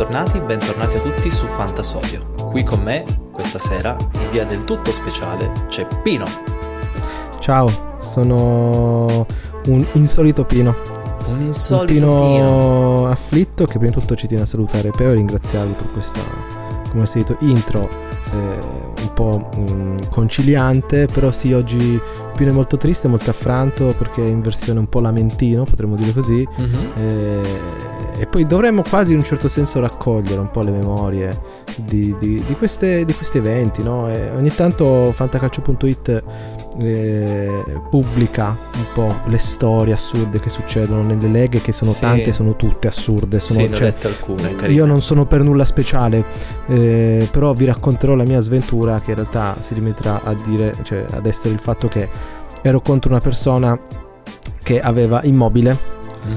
bentornati a tutti su Fantasodio. Qui con me, questa sera, in via del tutto speciale, c'è Pino. Ciao, sono un insolito Pino. Un insolito Pino afflitto che prima di tutto ci tiene a salutare Peo e ringraziarvi per questa, come al solito, intro un po' conciliante. Però sì, oggi Pino è molto triste, molto affranto perché è in versione un po' lamentino, potremmo dire così. E poi dovremmo quasi in un certo senso raccogliere un po' le memorie di questi eventi, no? E ogni tanto Fantacalcio.it pubblica un po' le storie assurde che succedono nelle leghe, che sono tante, sono tutte assurde. Ne ho lette alcune, carine. Io non sono per nulla speciale, però vi racconterò la mia sventura, che in realtà si limiterà a dire, cioè ad essere il fatto che ero contro una persona che aveva Immobile,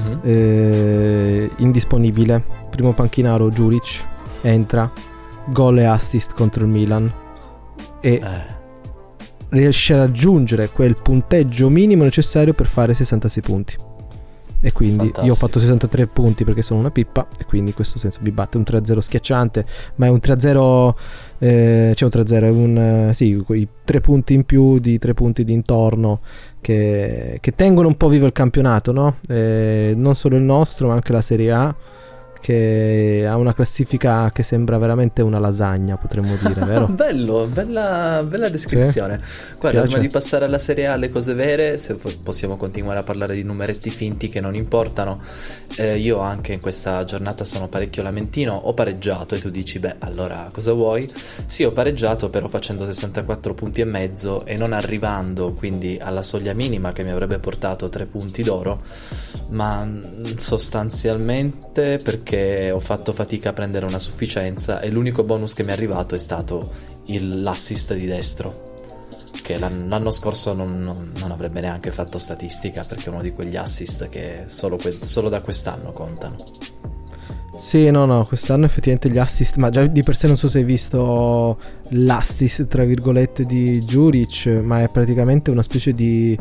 indisponibile, primo panchinaro Juric, entra, gol e assist contro il Milan e riesce a raggiungere quel punteggio minimo necessario per fare 66 punti. E quindi fantastico. Io ho fatto 63 punti perché sono una pippa, e quindi in questo senso mi batte un 3-0 schiacciante, ma è un 3-0, c'è un 3-0, è un quei 3 punti in più di 3 punti di intorno che tengono un po' vivo il campionato, no? Non solo il nostro, ma anche la Serie A, che ha una classifica che sembra veramente una lasagna, potremmo dire, vero? Bello, bella descrizione. Sì? Guarda, prima di passare alla Serie A, le cose vere, se possiamo continuare a parlare di numeretti finti che non importano. Io anche in questa giornata sono parecchio lamentino, ho pareggiato, e tu dici, beh, allora cosa vuoi? Sì, ho pareggiato, però facendo 64 punti e mezzo e non arrivando quindi alla soglia minima che mi avrebbe portato 3 punti d'oro, ma sostanzialmente perché ho fatto fatica a prendere una sufficienza, e l'unico bonus che mi è arrivato è stato l'assist di destro, che l'anno scorso non avrebbe neanche fatto statistica, perché è uno di quegli assist che solo da quest'anno contano. Sì, no, quest'anno effettivamente gli assist, ma già di per sé non so se hai visto l'assist tra virgolette di Juric, ma è praticamente una specie di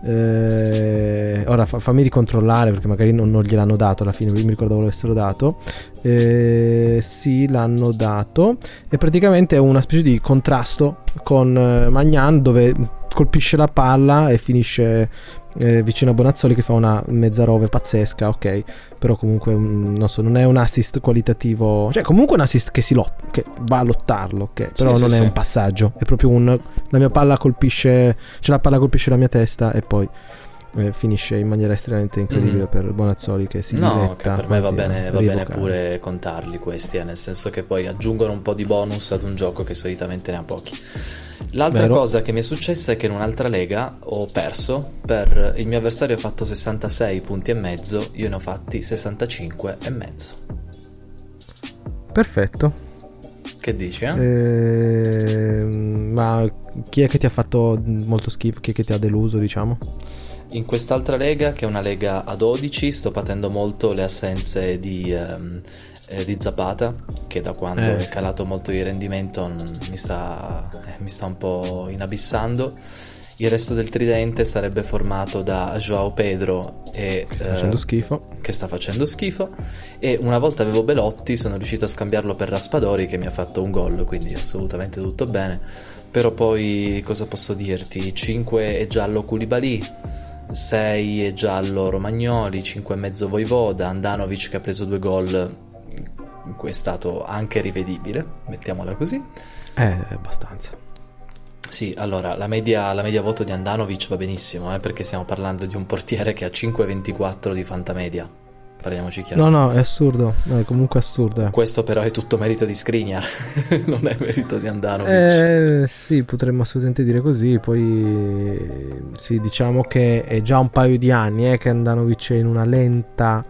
ora fammi ricontrollare perché magari non gliel'hanno dato alla fine, mi ricordavo l'avessero dato. Sì, l'hanno dato, e praticamente è una specie di contrasto con Maignan, dove colpisce la palla e finisce vicino a Bonazzoli, che fa una mezza rove pazzesca, ok, però comunque non è un assist qualitativo, cioè comunque un assist che che va a lottarlo, ok, però non è un passaggio, è proprio la mia palla colpisce, cioè la palla colpisce la mia testa e poi finisce in maniera estremamente incredibile per Bonazzoli, che si diletta. Che per me va bene pure contarli questi, nel senso che poi aggiungono un po' di bonus ad un gioco che solitamente ne ha pochi. L'altra cosa che mi è successa è che in un'altra lega ho perso. Per il mio avversario ha fatto 66 punti e mezzo, io ne ho fatti 65 e mezzo. Perfetto. Che dici, ma chi è che ti ha fatto molto schifo? Chi è che ti ha deluso, diciamo? In quest'altra lega, che è una lega a 12, sto patendo molto le assenze di Zapata, che da quando è calato molto di rendimento mi sta un po' inabissando. Il resto del tridente sarebbe formato da Joao Pedro che sta facendo schifo, e una volta avevo Belotti, sono riuscito a scambiarlo per Raspadori, che mi ha fatto un gol, quindi assolutamente tutto bene. Però poi cosa posso dirti? 5 è giallo Koulibaly, 6 è giallo Romagnoli, 5 e mezzo Voivoda, Andanovic che ha preso 2 gol in cui è stato anche rivedibile, mettiamola così. Abbastanza. Sì, allora la media voto di Andanovic va benissimo, perché stiamo parlando di un portiere che ha 5,24 di fantamedia. Parliamoci chiaro. No, è assurdo, è comunque assurdo. Questo però è tutto merito di Skriniar, non è merito di Andanovic. Sì, potremmo assolutamente dire così. Poi sì, diciamo che è già un paio di anni che Andanovic è in una lenta,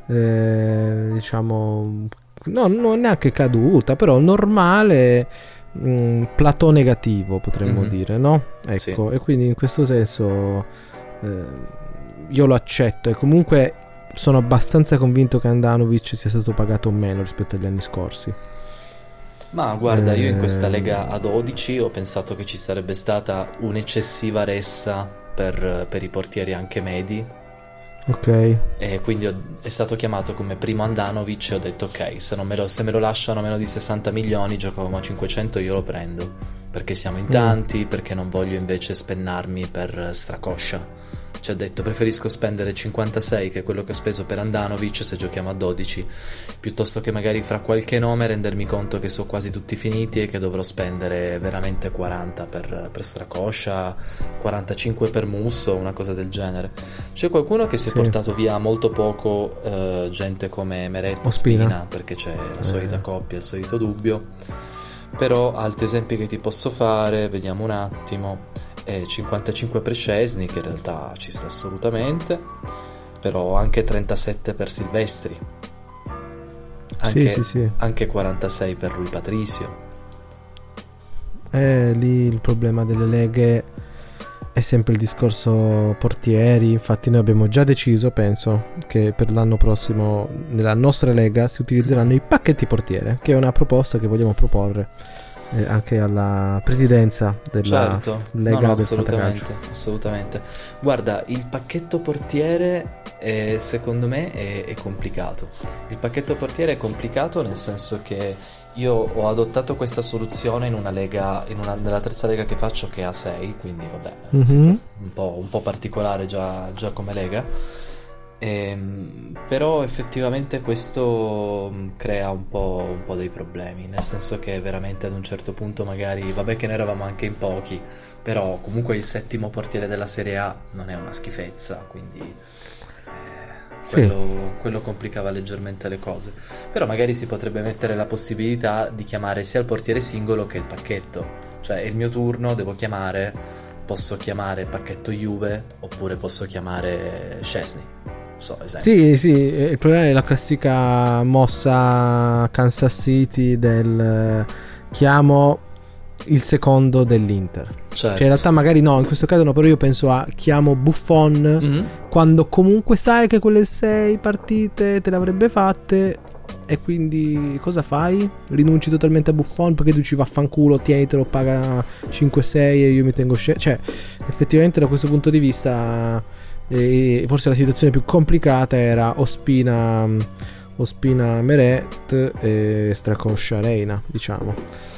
diciamo, non neanche caduta, però normale, plateau negativo, potremmo dire, no? Ecco, sì. E quindi in questo senso io lo accetto, e comunque sono abbastanza convinto che Andanovic sia stato pagato meno rispetto agli anni scorsi. Ma guarda, io in questa lega a 12 ho pensato che ci sarebbe stata un'eccessiva ressa per i portieri anche medi. Ok. E quindi è stato chiamato come primo Handanovic e ho detto ok, se me lo lasciano meno di 60 milioni, giocavamo a 500, io lo prendo, perché siamo in tanti, perché non voglio invece spennarmi per Strakosha. Ci ha detto preferisco spendere 56, che è quello che ho speso per Handanovic se giochiamo a 12, piuttosto che magari fra qualche nome rendermi conto che sono quasi tutti finiti e che dovrò spendere veramente 40 per Strakosha, 45 per Musso, una cosa del genere. C'è qualcuno che si è portato via molto poco, gente come Meret Ospina, perché c'è la solita coppia, il solito dubbio. Però altri esempi che ti posso fare, vediamo un attimo. 55 per Szczesny, che in realtà ci sta assolutamente, però anche 37 per Silvestri, anche 46 per Rui Patricio. Lì il problema delle leghe è sempre il discorso portieri. Infatti noi abbiamo già deciso, penso, che per l'anno prossimo nella nostra lega si utilizzeranno i pacchetti portiere, che è una proposta che vogliamo proporre anche alla presidenza della Lega del Fantacalcio. Assolutamente. Guarda, il pacchetto portiere secondo me è complicato. Il pacchetto portiere è complicato nel senso che io ho adottato questa soluzione in una lega, nella terza lega che faccio, che è A6, quindi vabbè, un po' particolare già come lega. Però effettivamente questo crea un po' dei problemi, nel senso che veramente ad un certo punto magari, vabbè che noi eravamo anche in pochi, però comunque il 7° portiere della Serie A non è una schifezza, quindi quello complicava leggermente le cose. Però magari si potrebbe mettere la possibilità di chiamare sia il portiere singolo che il pacchetto, cioè è il mio turno, devo chiamare, posso chiamare pacchetto Juve oppure posso chiamare Szczesny. Sì, il problema è la classica mossa Kansas City del chiamo il secondo dell'Inter. Certo. Cioè in realtà magari no, in questo caso no, però io penso a chiamo Buffon quando comunque sai che quelle 6 partite te le avrebbe fatte, e quindi cosa fai? Rinunci totalmente a Buffon perché tu ci vaffanculo, tienitelo, paga 5-6 e io mi tengo cioè effettivamente da questo punto di vista forse la situazione più complicata era Ospina Meret e Strakosha Reina, diciamo.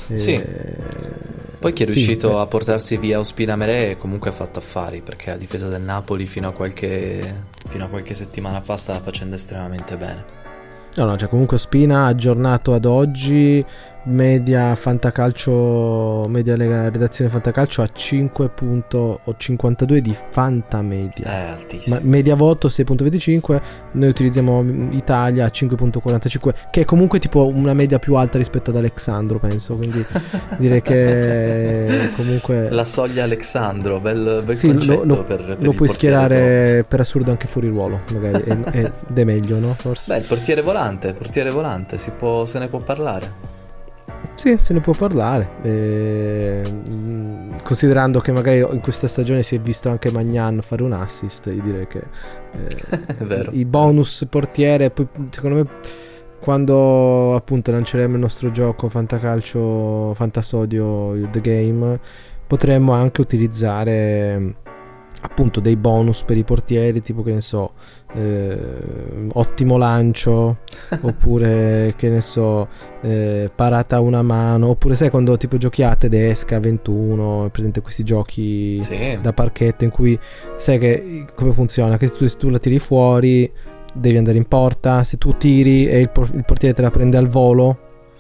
Poi chi è riuscito a portarsi via Ospina Meret comunque ha fatto affari, perché la difesa del Napoli fino a qualche settimana fa stava facendo estremamente bene. No, cioè comunque Ospina aggiornato ad oggi, media Fantacalcio, media redazione Fantacalcio a 5.52 di Fantamedia, altissimo. Media voto 6.25, noi utilizziamo Italia a 5.45, che è comunque tipo una media più alta rispetto ad Alexandro, penso, quindi direi che comunque la soglia Alexandro, bel concetto per lo puoi schierare per assurdo anche fuori ruolo, magari ed è meglio, no? Forse. Beh, il portiere volante se ne può parlare. Sì, se ne può parlare, considerando che magari in questa stagione si è visto anche Magnan fare un assist, io direi che è vero. I bonus portiere, poi secondo me quando appunto lanceremo il nostro gioco Fantacalcio Fantasodio The Game potremmo anche utilizzare appunto dei bonus per i portieri, tipo che ne so, ottimo lancio oppure che ne so, parata a una mano, oppure sai quando tipo giochi a tedesca 21, è presente questi giochi da parchetto in cui sai che come funziona, che se tu la tiri fuori devi andare in porta, se tu tiri e il portiere te la prende al volo,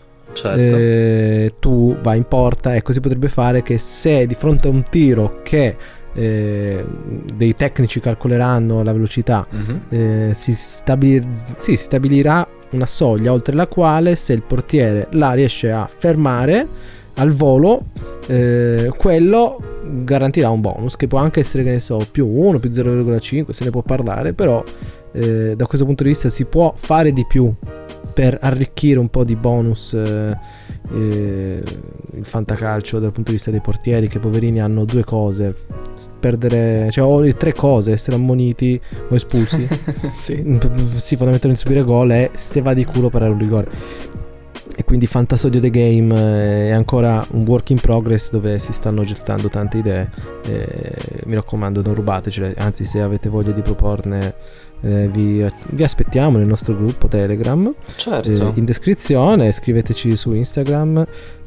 tu vai in porta. Ecco, si potrebbe fare che se di fronte a un tiro che dei tecnici calcoleranno la velocità, si stabilirà una soglia oltre la quale se il portiere la riesce a fermare al volo, quello garantirà un bonus che può anche essere, che ne so, più 1, più 0,5, se ne può parlare, però da questo punto di vista si può fare di più per arricchire un po' di bonus il fantacalcio dal punto di vista dei portieri, che poverini hanno due cose: perdere, cioè, o le tre cose: essere ammoniti o sì, fondamentalmente subire gol, e se va di culo parare un rigore. E quindi Fantasodio The Game è ancora un work in progress dove si stanno gettando tante idee. Mi raccomando, non rubatecele, anzi, se avete voglia di proporne, vi aspettiamo nel nostro gruppo Telegram. Certo. In descrizione, scriveteci su Instagram,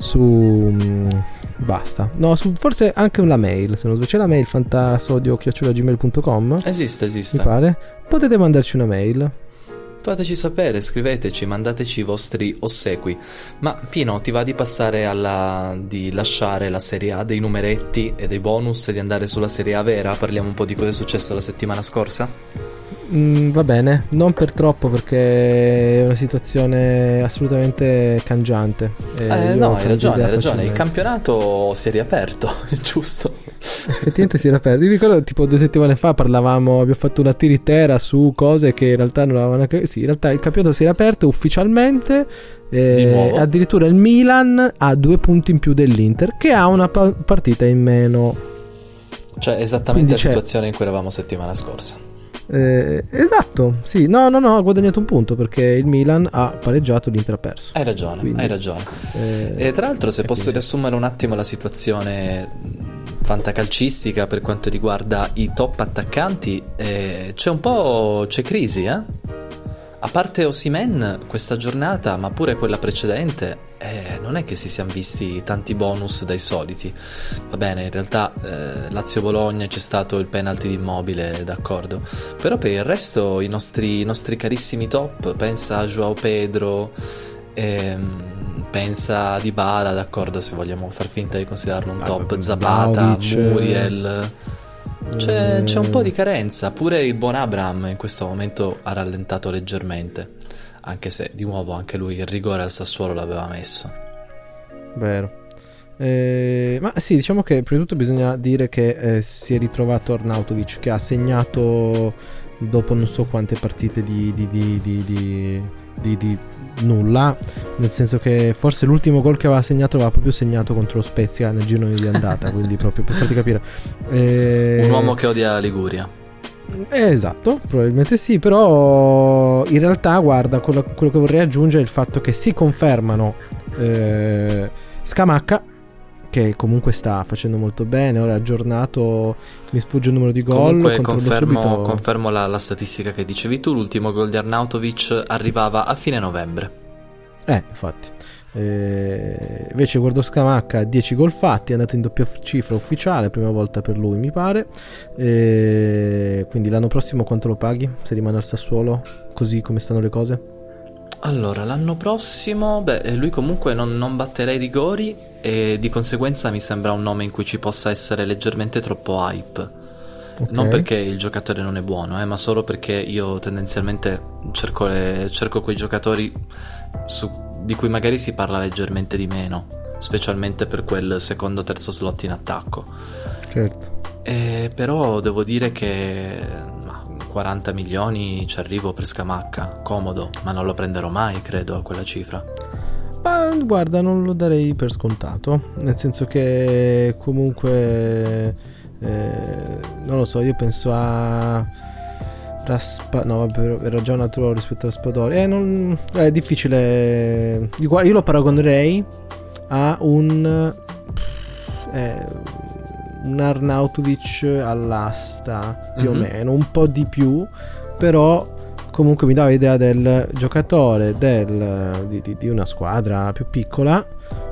basta. No, forse anche una mail, se non c'è la mail fantasodio@gmail.com. Esiste. Mi pare. Potete mandarci una mail. Fateci sapere, scriveteci, mandateci i vostri ossequi. Ma Pino, ti va di passare di lasciare la Serie A dei numeretti e dei bonus e di andare sulla Serie A vera? Parliamo un po' di cosa è successo la settimana scorsa? Va bene, non per troppo perché è una situazione assolutamente cangiante. No, hai ragione. Il campionato si è riaperto, giusto? Effettivamente si era aperto. Io ricordo tipo 2 settimane fa abbiamo fatto una tiritera su cose che in realtà non avevano sì, in realtà il campionato si era aperto ufficialmente. Di nuovo? Addirittura il Milan ha 2 punti in più dell'Inter, che ha una partita in meno. Cioè esattamente la situazione in cui eravamo settimana scorsa. Esatto, sì, no, ha guadagnato un punto perché il Milan ha pareggiato, l'Inter ha perso. Hai ragione. E tra l'altro, se posso riassumere un attimo la situazione fantacalcistica per quanto riguarda i top attaccanti, c'è crisi, a parte Osimhen questa giornata, ma pure quella precedente, non è che si siano visti tanti bonus dai soliti. Va bene, in realtà Lazio-Bologna c'è stato il penalty di Immobile, d'accordo, però per il resto i nostri carissimi top, pensa a Joao Pedro, pensa a Dybala, d'accordo, se vogliamo far finta di considerarlo un top, Zapata, Muriel. C'è un po' di carenza. Pure il buon Abraham in questo momento ha rallentato leggermente, anche se di nuovo anche lui il rigore al Sassuolo l'aveva messo. Vero. Ma sì, diciamo che prima di tutto bisogna dire che si è ritrovato Arnautovic, che ha segnato dopo non so quante partite di nulla, nel senso che forse l'ultimo gol che aveva segnato l'aveva proprio segnato contro lo Spezia nel girone di andata, quindi proprio per farti capire, un uomo che odia Liguria. Esatto, probabilmente sì, però in realtà guarda, quello che vorrei aggiungere è il fatto che si confermano Scamacca, che comunque sta facendo molto bene, ora è aggiornato, mi sfugge il numero di gol. Comunque confermo la statistica che dicevi tu, l'ultimo gol di Arnautovic arrivava a fine novembre. Infatti. Invece guardo Scamacca, 10 gol fatti, è andato in doppia cifra ufficiale, prima volta per lui mi pare. Quindi l'anno prossimo quanto lo paghi se rimane al Sassuolo, così come stanno le cose? Allora, l'anno prossimo, lui comunque non batterà i rigori e di conseguenza mi sembra un nome in cui ci possa essere leggermente troppo hype. Okay. Non perché il giocatore non è buono, ma solo perché io tendenzialmente cerco quei giocatori di cui magari si parla leggermente di meno, specialmente per quel secondo terzo slot in attacco. Certo. Però devo dire che 40 milioni ci arrivo per Scamacca, comodo, ma non lo prenderò mai, credo, a quella cifra. Ma guarda, non lo darei per scontato, nel senso che comunque non lo so, io penso a no vabbè, era già un altro rispetto a Raspadori, è difficile, io lo paragonerei a un Arnautovic all'asta, più o meno, un po' di più, però comunque mi dava l'idea del giocatore di una squadra più piccola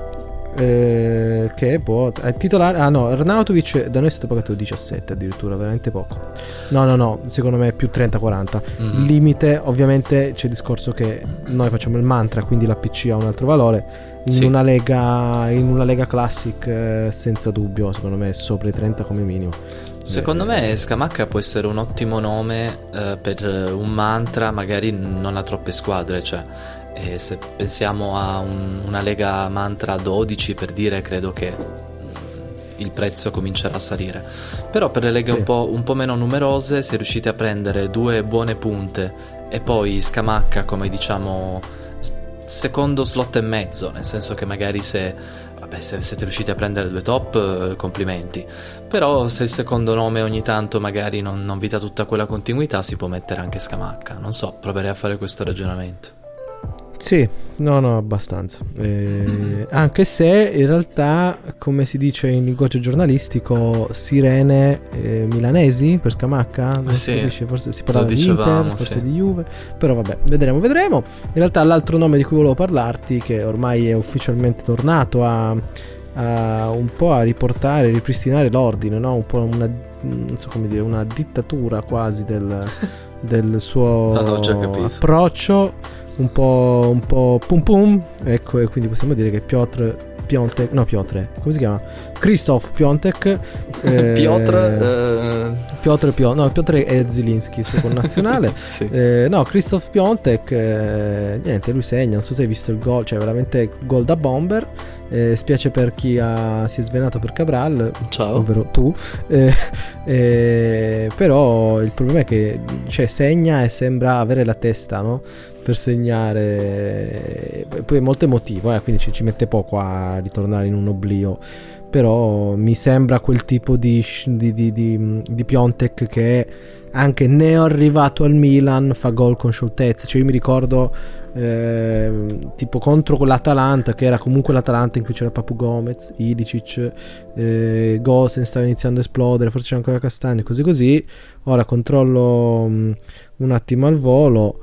che può titolare. Arnautovic da noi è stato pagato 17 addirittura, veramente poco. No, secondo me più 30-40. Il limite, ovviamente c'è il discorso che noi facciamo il mantra, quindi la PC ha un altro valore. In una lega classic senza dubbio, secondo me è sopra i 30 come minimo. Secondo me Scamacca può essere un ottimo nome per un mantra, magari non a troppe squadre, cioè se pensiamo a una lega mantra 12 per dire, credo che il prezzo comincerà a salire. Però per le leghe un po' meno numerose, se riuscite a prendere 2 buone punte e poi Scamacca come diciamo secondo slot e mezzo, nel senso che magari se siete riusciti a prendere 2 top, complimenti, però se il secondo nome ogni tanto magari non vi dà tutta quella continuità, si può mettere anche Scamacca, non so, proverei a fare questo ragionamento. Sì, no, abbastanza. Anche se in realtà, come si dice in linguaggio giornalistico, sirene milanesi per Scamacca, non si capisce, forse si parla di Inter, forse di Juve, però vabbè, vedremo. In realtà l'altro nome di cui volevo parlarti, che ormai è ufficialmente tornato un po' a ripristinare l'ordine, no? Un po' non so come dire, una dittatura quasi del suo approccio. Un po' pum pum, ecco, e quindi possiamo dire che Piotr, come si chiama? Krzysztof Piątek, Piotr è Zielinski, il suo connazionale. Sì. Krzysztof Piątek, niente, lui segna, non so se hai visto il gol, cioè veramente gol da bomber. Spiace per chi si è svenato per Cabral, ciao, ovvero tu, però il problema è che segna e sembra avere la testa, no? Per segnare, poi è molto emotivo, quindi ci mette poco a ritornare in un oblio, però mi sembra quel tipo di Piątek che anche neo arrivato al Milan fa gol con scioltezza. Cioè io mi ricordo tipo contro l'Atalanta, che era comunque l'Atalanta in cui c'era Papu Gomez, Ilicic, Gosens stava iniziando a esplodere, forse c'era ancora Castagno, così. Ora controllo un attimo al volo,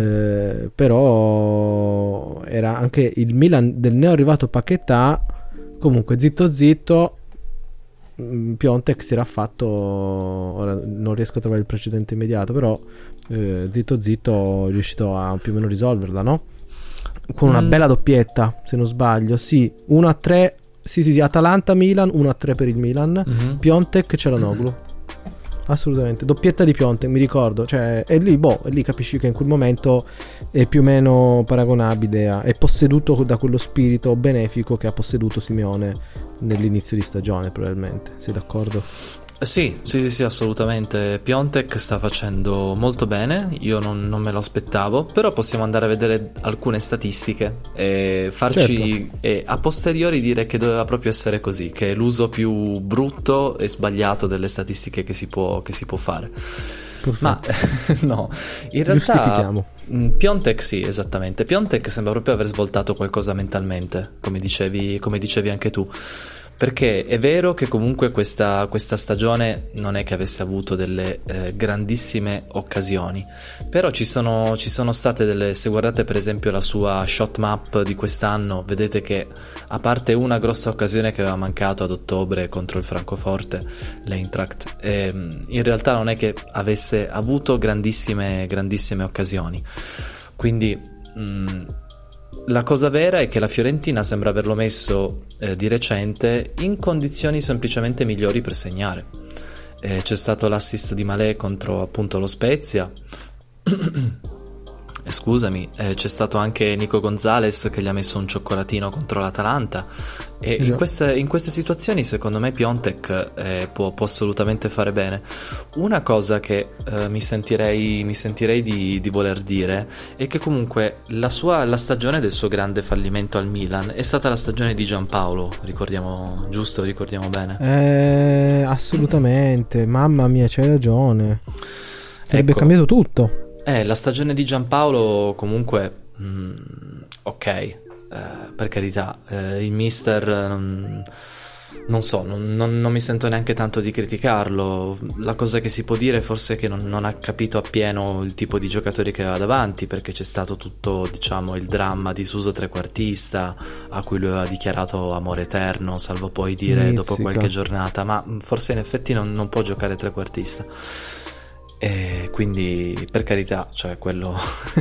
però era anche il Milan del neo arrivato Paquetá. Comunque zitto Piątek si era fatto, ora non riesco a trovare il precedente immediato, però zitto è riuscito a più o meno risolverla, no? Con una bella doppietta, se non sbaglio, sì, 1-3, sì, Atalanta-Milan, 1-3 per il Milan, Piątek Çalhanoğlu. Assolutamente, doppietta di Piątek, mi ricordo, cioè e lì capisci che in quel momento è più o meno paragonabile è posseduto da quello spirito benefico che ha posseduto Simeone nell'inizio di stagione, probabilmente. Sei d'accordo? Sì, assolutamente. Piątek sta facendo molto bene, io non me lo aspettavo, però possiamo andare a vedere alcune statistiche e farci e a posteriori dire che doveva proprio essere così, che è l'uso più brutto e sbagliato delle statistiche che si può fare. Perfetto. Ma no, in realtà giustifichiamo. Piątek, sì, esattamente. Piątek sembra proprio aver svoltato qualcosa mentalmente, come dicevi anche tu. Perché è vero che comunque questa stagione non è che avesse avuto delle grandissime occasioni, però ci sono state se guardate per esempio la sua shot map di quest'anno, vedete che a parte una grossa occasione che aveva mancato ad ottobre contro il Francoforte, l'Eintracht, in realtà non è che avesse avuto grandissime occasioni. Quindi la cosa vera è che la Fiorentina sembra averlo messo di recente in condizioni semplicemente migliori per segnare. C'è stato l'assist di Malé contro appunto lo Spezia. C'è stato anche Nico Gonzalez che gli ha messo un cioccolatino contro l'Atalanta e in queste situazioni secondo me Piątek può assolutamente fare bene. Una cosa che mi sentirei di voler dire è che comunque la stagione del suo grande fallimento al Milan è stata la stagione di Giampaolo, ricordiamo bene? Assolutamente, mamma mia, c'hai ragione, sarebbe cambiato tutto. La stagione di Giampaolo comunque ok, per carità, il mister non so, non mi sento neanche tanto di criticarlo. La cosa che si può dire forse è che non ha capito appieno il tipo di giocatori che aveva davanti, perché c'è stato tutto, diciamo, il dramma di Suso trequartista a cui lui aveva dichiarato amore eterno, salvo poi dire dopo qualche giornata ma forse in effetti non può giocare trequartista. E quindi per carità, cioè quello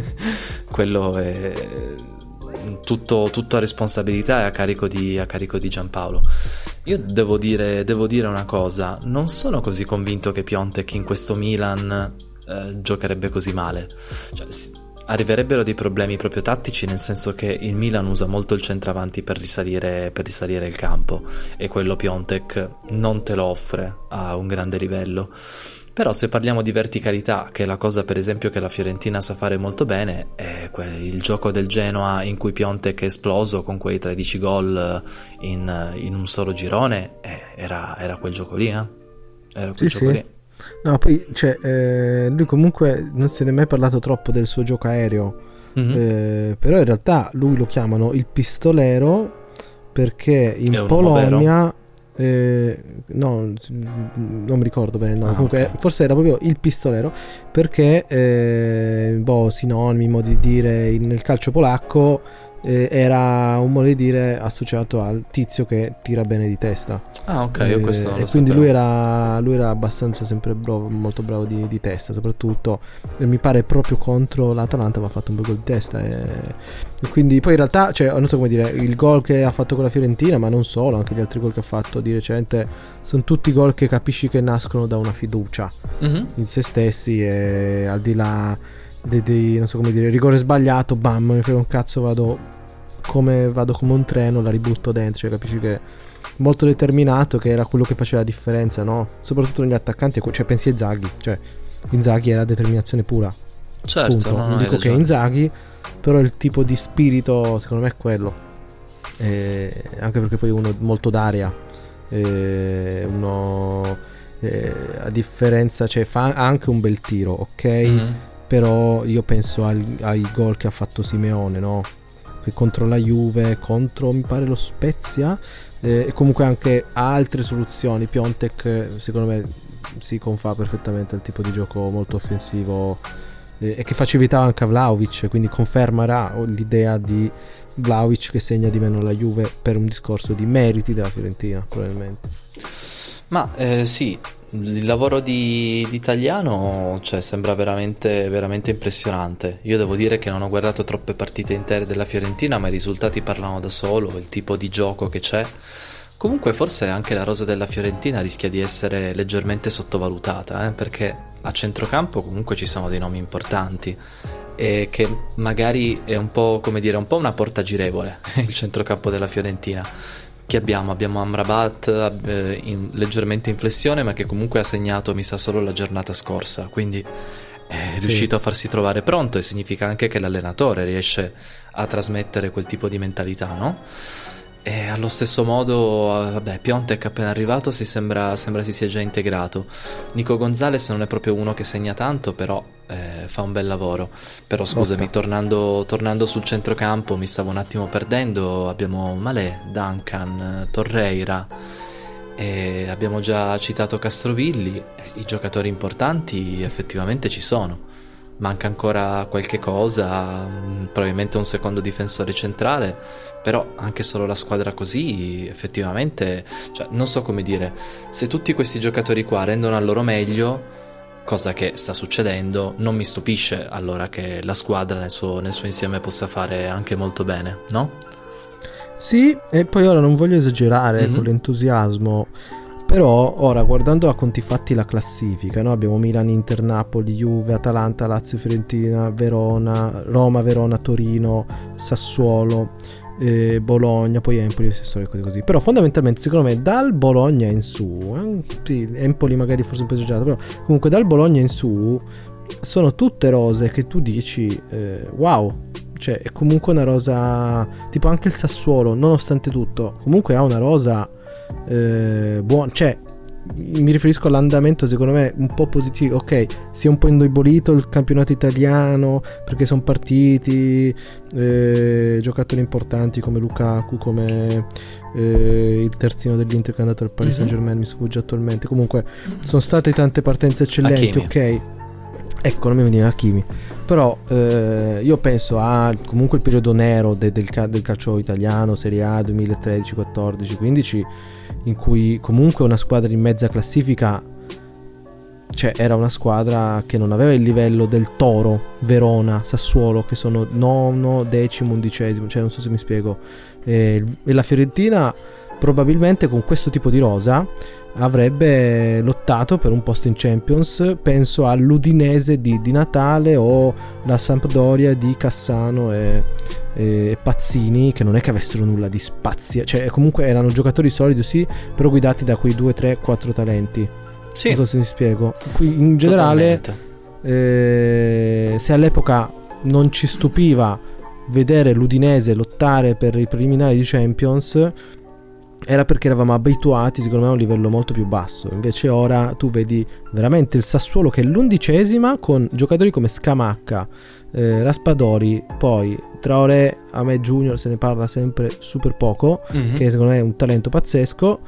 è tutto a responsabilità e a carico di Giampaolo. Io devo dire una cosa, non sono così convinto che Piątek in questo Milan giocherebbe così male, cioè arriverebbero dei problemi proprio tattici, nel senso che il Milan usa molto il centravanti per risalire il campo e quello Piątek non te lo offre a un grande livello. Però se parliamo di verticalità, che è la cosa per esempio che la Fiorentina sa fare molto bene, è il gioco del Genoa in cui Piątek è esploso con quei 13 gol in un solo girone, era quel gioco lì, Era quel gioco lì. No, poi lui comunque non se ne è mai parlato troppo del suo gioco aereo, Però in realtà lui lo chiamano il pistolero perché in Polonia no, non mi ricordo bene il nome, comunque okay. Forse era proprio il pistolero perché sinonimo di dire nel calcio polacco era un modo di dire associato al tizio che tira bene di testa. Ok, io questo non lo quindi sapevo. lui era abbastanza sempre molto bravo di testa, soprattutto mi pare proprio contro l'Atalanta aveva fatto un bel gol di testa e quindi poi in realtà, cioè, non so come dire, il gol che ha fatto con la Fiorentina, ma non solo, anche gli altri gol che ha fatto di recente sono tutti gol che capisci che nascono da una fiducia in se stessi, e al di là non so come dire, rigore sbagliato, bam, mi frega un cazzo, vado come un treno, la ributto dentro, cioè capisci che molto determinato, che era quello che faceva la differenza, no? Soprattutto negli attaccanti, cioè pensi a Inzaghi, cioè Inzaghi era determinazione pura, certo, punto. Non dico che è Inzaghi, però il tipo di spirito secondo me è quello, anche perché poi uno molto d'aria, uno a differenza, cioè fa anche un bel tiro, ok, però io penso ai gol che ha fatto Simeone, no? Che contro la Juve, contro mi pare lo Spezia, e comunque anche altre soluzioni. Piontek secondo me si confà perfettamente al tipo di gioco molto offensivo, e che facilitava anche a Vlahovic, quindi confermerà l'idea di Vlahovic che segna di meno la Juve per un discorso di meriti della Fiorentina probabilmente. Ma sì, il lavoro di Italiano, cioè, sembra veramente, veramente impressionante. Io devo dire che non ho guardato troppe partite intere della Fiorentina, ma i risultati parlano da solo, il tipo di gioco che c'è. Comunque forse anche la rosa della Fiorentina rischia di essere leggermente sottovalutata, perché a centrocampo comunque ci sono dei nomi importanti, e che magari è un po', come dire, un po' una porta girevole il centrocampo della Fiorentina. Che abbiamo Amrabat leggermente in flessione, ma che comunque ha segnato mi sa solo la giornata scorsa, quindi è riuscito a farsi trovare pronto, e significa anche che l'allenatore riesce a trasmettere quel tipo di mentalità, no? E allo stesso modo, Piontek appena arrivato sembra si sia già integrato. Nico Gonzalez non è proprio uno che segna tanto, però fa un bel lavoro. Però scusami, tornando sul centrocampo, mi stavo un attimo perdendo. Abbiamo Malé, Duncan, Torreira, e abbiamo già citato Castrovilli. I giocatori importanti effettivamente ci sono. Manca ancora qualche cosa, probabilmente un secondo difensore centrale, però anche solo la squadra così effettivamente, cioè, non so come dire, se tutti questi giocatori qua rendono al loro meglio, cosa che sta succedendo, non mi stupisce allora che la squadra nel suo insieme possa fare anche molto bene, no? Sì, e poi ora non voglio esagerare con l'entusiasmo, però ora, guardando a conti fatti la classifica, no? Abbiamo Milan, Inter, Napoli, Juve, Atalanta, Lazio, Fiorentina, Verona, Roma, Verona, Torino, Sassuolo, Bologna, poi Empoli, così. Però fondamentalmente secondo me dal Bologna in su, sì, Empoli magari forse un po' esagerato, però comunque dal Bologna in su sono tutte rose che tu dici wow, cioè è comunque una rosa, tipo anche il Sassuolo, nonostante tutto, comunque ha una rosa buona, cioè mi riferisco all'andamento secondo me un po' positivo. Ok, si è un po' indebolito il campionato italiano perché sono partiti giocatori importanti come Lukaku, come il terzino dell'Inter che è andato al Paris Saint-Germain, mi sfugge attualmente. Comunque sono state tante partenze eccellenti, Hakimi. Ok, ecco, non mi veniva Hakimi, però io penso a comunque il periodo nero del calcio italiano, Serie A 2013, 14, 15, in cui comunque una squadra in mezza classifica, cioè era una squadra che non aveva il livello del Toro, Verona, Sassuolo, che sono nono, decimo, undicesimo, cioè non so se mi spiego, e la Fiorentina probabilmente con questo tipo di rosa avrebbe lottato per un posto in Champions. Penso all'Udinese di Natale o la Sampdoria di Cassano e Pazzini, che non è che avessero nulla di spazi, cioè comunque erano giocatori solidi, sì, però guidati da quei 2, 3, 4 talenti. Sì. Non so se mi spiego. Qui in generale se all'epoca non ci stupiva vedere l'Udinese lottare per i preliminari di Champions, era perché eravamo abituati secondo me a un livello molto più basso. Invece ora tu vedi veramente il Sassuolo che è l'11ª con giocatori come Scamacca, Raspadori, poi Traoré, a me Junior se ne parla sempre super poco, che secondo me è un talento pazzesco,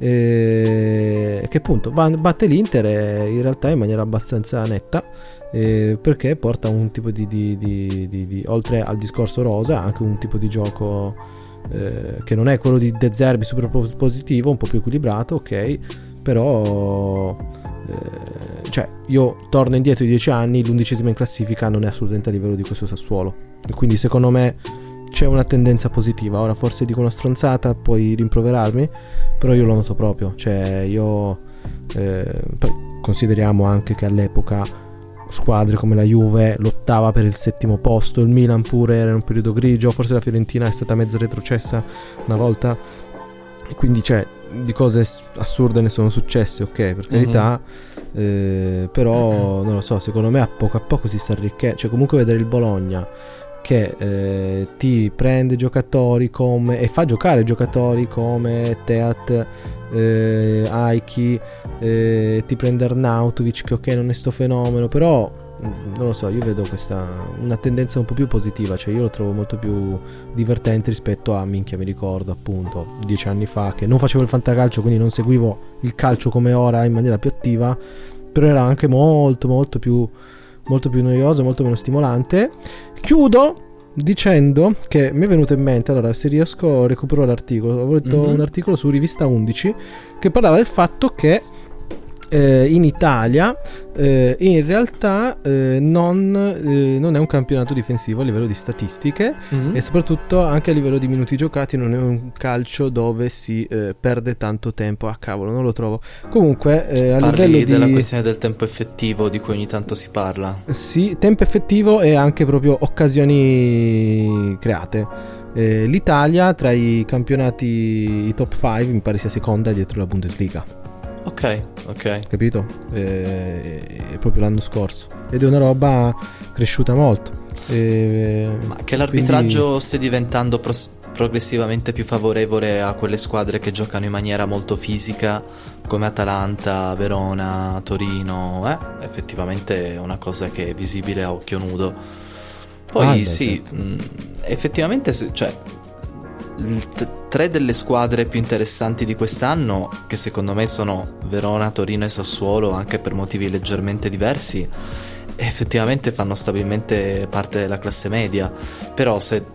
che appunto batte l'Inter in realtà in maniera abbastanza netta, perché porta un tipo di oltre al discorso rosa anche un tipo di gioco che non è quello di De Zerbi super positivo, un po' più equilibrato, ok, però cioè io torno indietro di 10 anni, l'11ª in classifica non è assolutamente a livello di questo Sassuolo, e quindi secondo me c'è una tendenza positiva. Ora forse dico una stronzata, puoi rimproverarmi, però io lo noto proprio, cioè io poi consideriamo anche che all'epoca squadre come la Juve lottava per il 7° posto, il Milan pure era in un periodo grigio, forse la Fiorentina è stata mezza retrocessa una volta, e quindi cioè di cose assurde ne sono successe, ok, per carità, però non lo so, secondo me a poco si sta arricchendo, cioè comunque vedere il Bologna che ti prende giocatori come e fa giocare giocatori come Teat, Aiki, ti prende Arnautovic che ok non è sto fenomeno, però non lo so, io vedo una tendenza un po' più positiva, cioè io lo trovo molto più divertente rispetto a minchia, mi ricordo appunto 10 anni fa che non facevo il fantacalcio, quindi non seguivo il calcio come ora in maniera più attiva, però era anche molto più noioso, molto meno stimolante. Chiudo dicendo che mi è venuto in mente, allora se riesco recupero l'articolo, ho letto un articolo su Rivista 11 che parlava del fatto che in Italia in realtà non è un campionato difensivo a livello di statistiche, e soprattutto anche a livello di minuti giocati non è un calcio dove si perde tanto tempo. Ah cavolo, non lo trovo. Comunque a livello della questione del tempo effettivo di cui ogni tanto si parla. Sì, tempo effettivo e anche proprio occasioni create. L'Italia tra i campionati i top 5 mi pare sia seconda dietro la Bundesliga. Ok. Capito? È proprio l'anno scorso. Ed è una roba cresciuta molto. Ma che l'arbitraggio stia diventando progressivamente più favorevole a quelle squadre che giocano in maniera molto fisica, come Atalanta, Verona, Torino, effettivamente è una cosa che è visibile a occhio nudo. Poi certo. Effettivamente, cioè, tre delle squadre più interessanti di quest'anno, che secondo me sono Verona, Torino e Sassuolo, anche per motivi leggermente diversi, effettivamente fanno stabilmente parte della classe media. Però se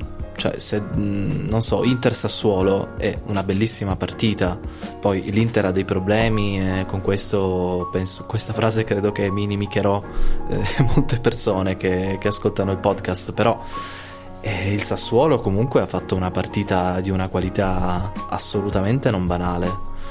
non so, Inter-Sassuolo è una bellissima partita. Poi l'Inter ha dei problemi, con questo penso, questa frase credo che mi inimicherò molte persone che ascoltano il podcast, però il Sassuolo comunque ha fatto una partita di una qualità assolutamente non banale,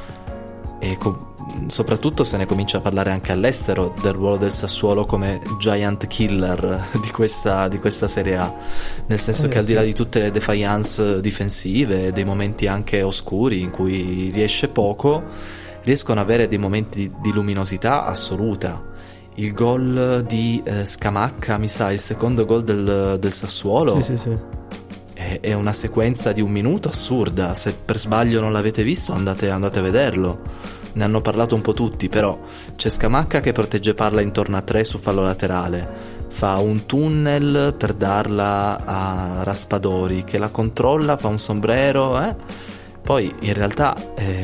e soprattutto se ne comincia a parlare anche all'estero del ruolo del Sassuolo come giant killer di questa Serie A, nel senso che al di là di tutte le defiance difensive, dei momenti anche oscuri in cui riesce poco, riescono ad avere dei momenti di luminosità assoluta. Il gol di Scamacca, mi sa, il secondo gol del Sassuolo, sì. È una sequenza di 1 minuto assurda. Se per sbaglio non l'avete visto, andate a vederlo. Ne hanno parlato un po' tutti, però c'è Scamacca che protegge palla intorno a 3 su fallo laterale, fa un tunnel per darla a Raspadori che la controlla, fa un sombrero, poi in realtà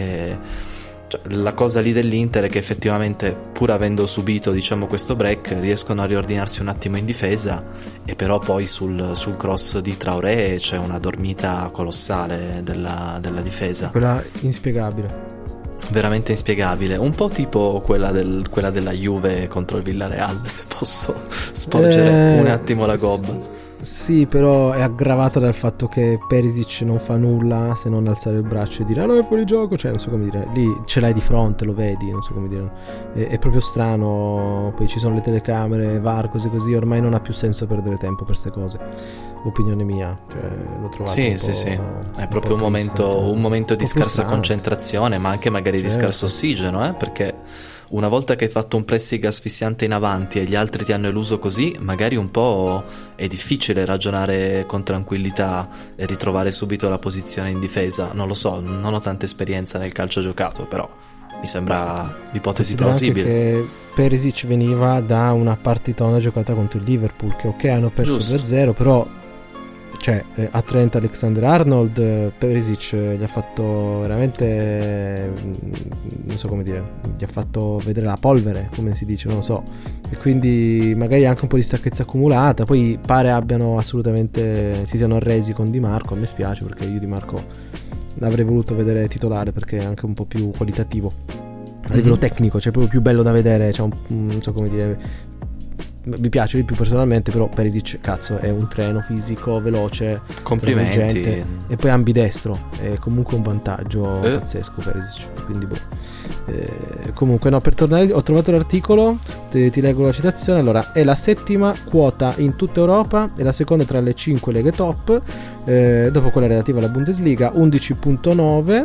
la cosa lì dell'Inter è che effettivamente, pur avendo subito, diciamo, questo break, riescono a riordinarsi un attimo in difesa, e però poi sul cross di Traoré c'è una dormita colossale della difesa, quella inspiegabile, veramente inspiegabile, un po' tipo quella della Juve contro il Villarreal, se posso sporgere un attimo la gobba. Sì, però è aggravata dal fatto che Perisic non fa nulla se non alzare il braccio e dire no, è fuori gioco, cioè non so come dire, lì ce l'hai di fronte, lo vedi, non so come dire, è proprio strano. Poi ci sono le telecamere, VAR, così, ormai non ha più senso perdere tempo per queste cose, opinione mia, cioè l'ho trovato sì, è proprio un momento di scarsa concentrazione, ma anche magari di scarso ossigeno, perché una volta che hai fatto un pressing asfissiante in avanti e gli altri ti hanno eluso così, magari un po' è difficile ragionare con tranquillità e ritrovare subito la posizione in difesa. Non lo so, non ho tanta esperienza nel calcio giocato, però mi sembra ipotesi plausibile. Anche che Perisic veniva da una partitona giocata contro il Liverpool, che ok hanno perso 2-0, però cioè a Trent Alexander-Arnold Perisic gli ha fatto veramente, non so come dire, gli ha fatto vedere la polvere, come si dice, non lo so, e quindi magari anche un po' di stanchezza accumulata. Poi pare abbiano assolutamente, si siano arresi con Di Marco. A me spiace, perché io Di Marco l'avrei voluto vedere titolare, perché è anche un po' più qualitativo a livello tecnico, cioè proprio più bello da vedere, cioè non so come dire, mi piace di più personalmente. Però Perisic, cazzo, è un treno fisico, veloce, complimenti, e poi ambidestro, è comunque un vantaggio pazzesco Perisic, quindi comunque no, per tornare, ho trovato l'articolo, ti leggo la citazione. Allora, è la 7ª quota in tutta Europa e la seconda tra le 5 leghe top, dopo quella relativa alla Bundesliga, 11.9,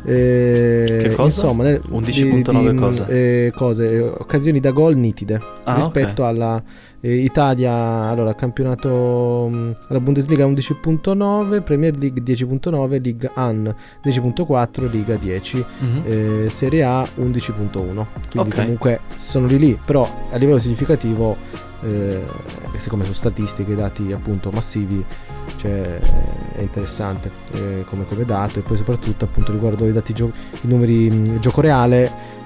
che cosa? Insomma 11.9 cosa? Cose, occasioni da gol nitide rispetto alla Italia. Allora, campionato, la Bundesliga 11.9, Premier League 10.9, Ligue 1 10.4, Liga 10, Serie A 11.1. Quindi comunque sono lì, però a livello significativo, siccome sono statistiche, dati appunto massivi, cioè è interessante come dato. E poi soprattutto appunto riguardo i dati i numeri gioco reale,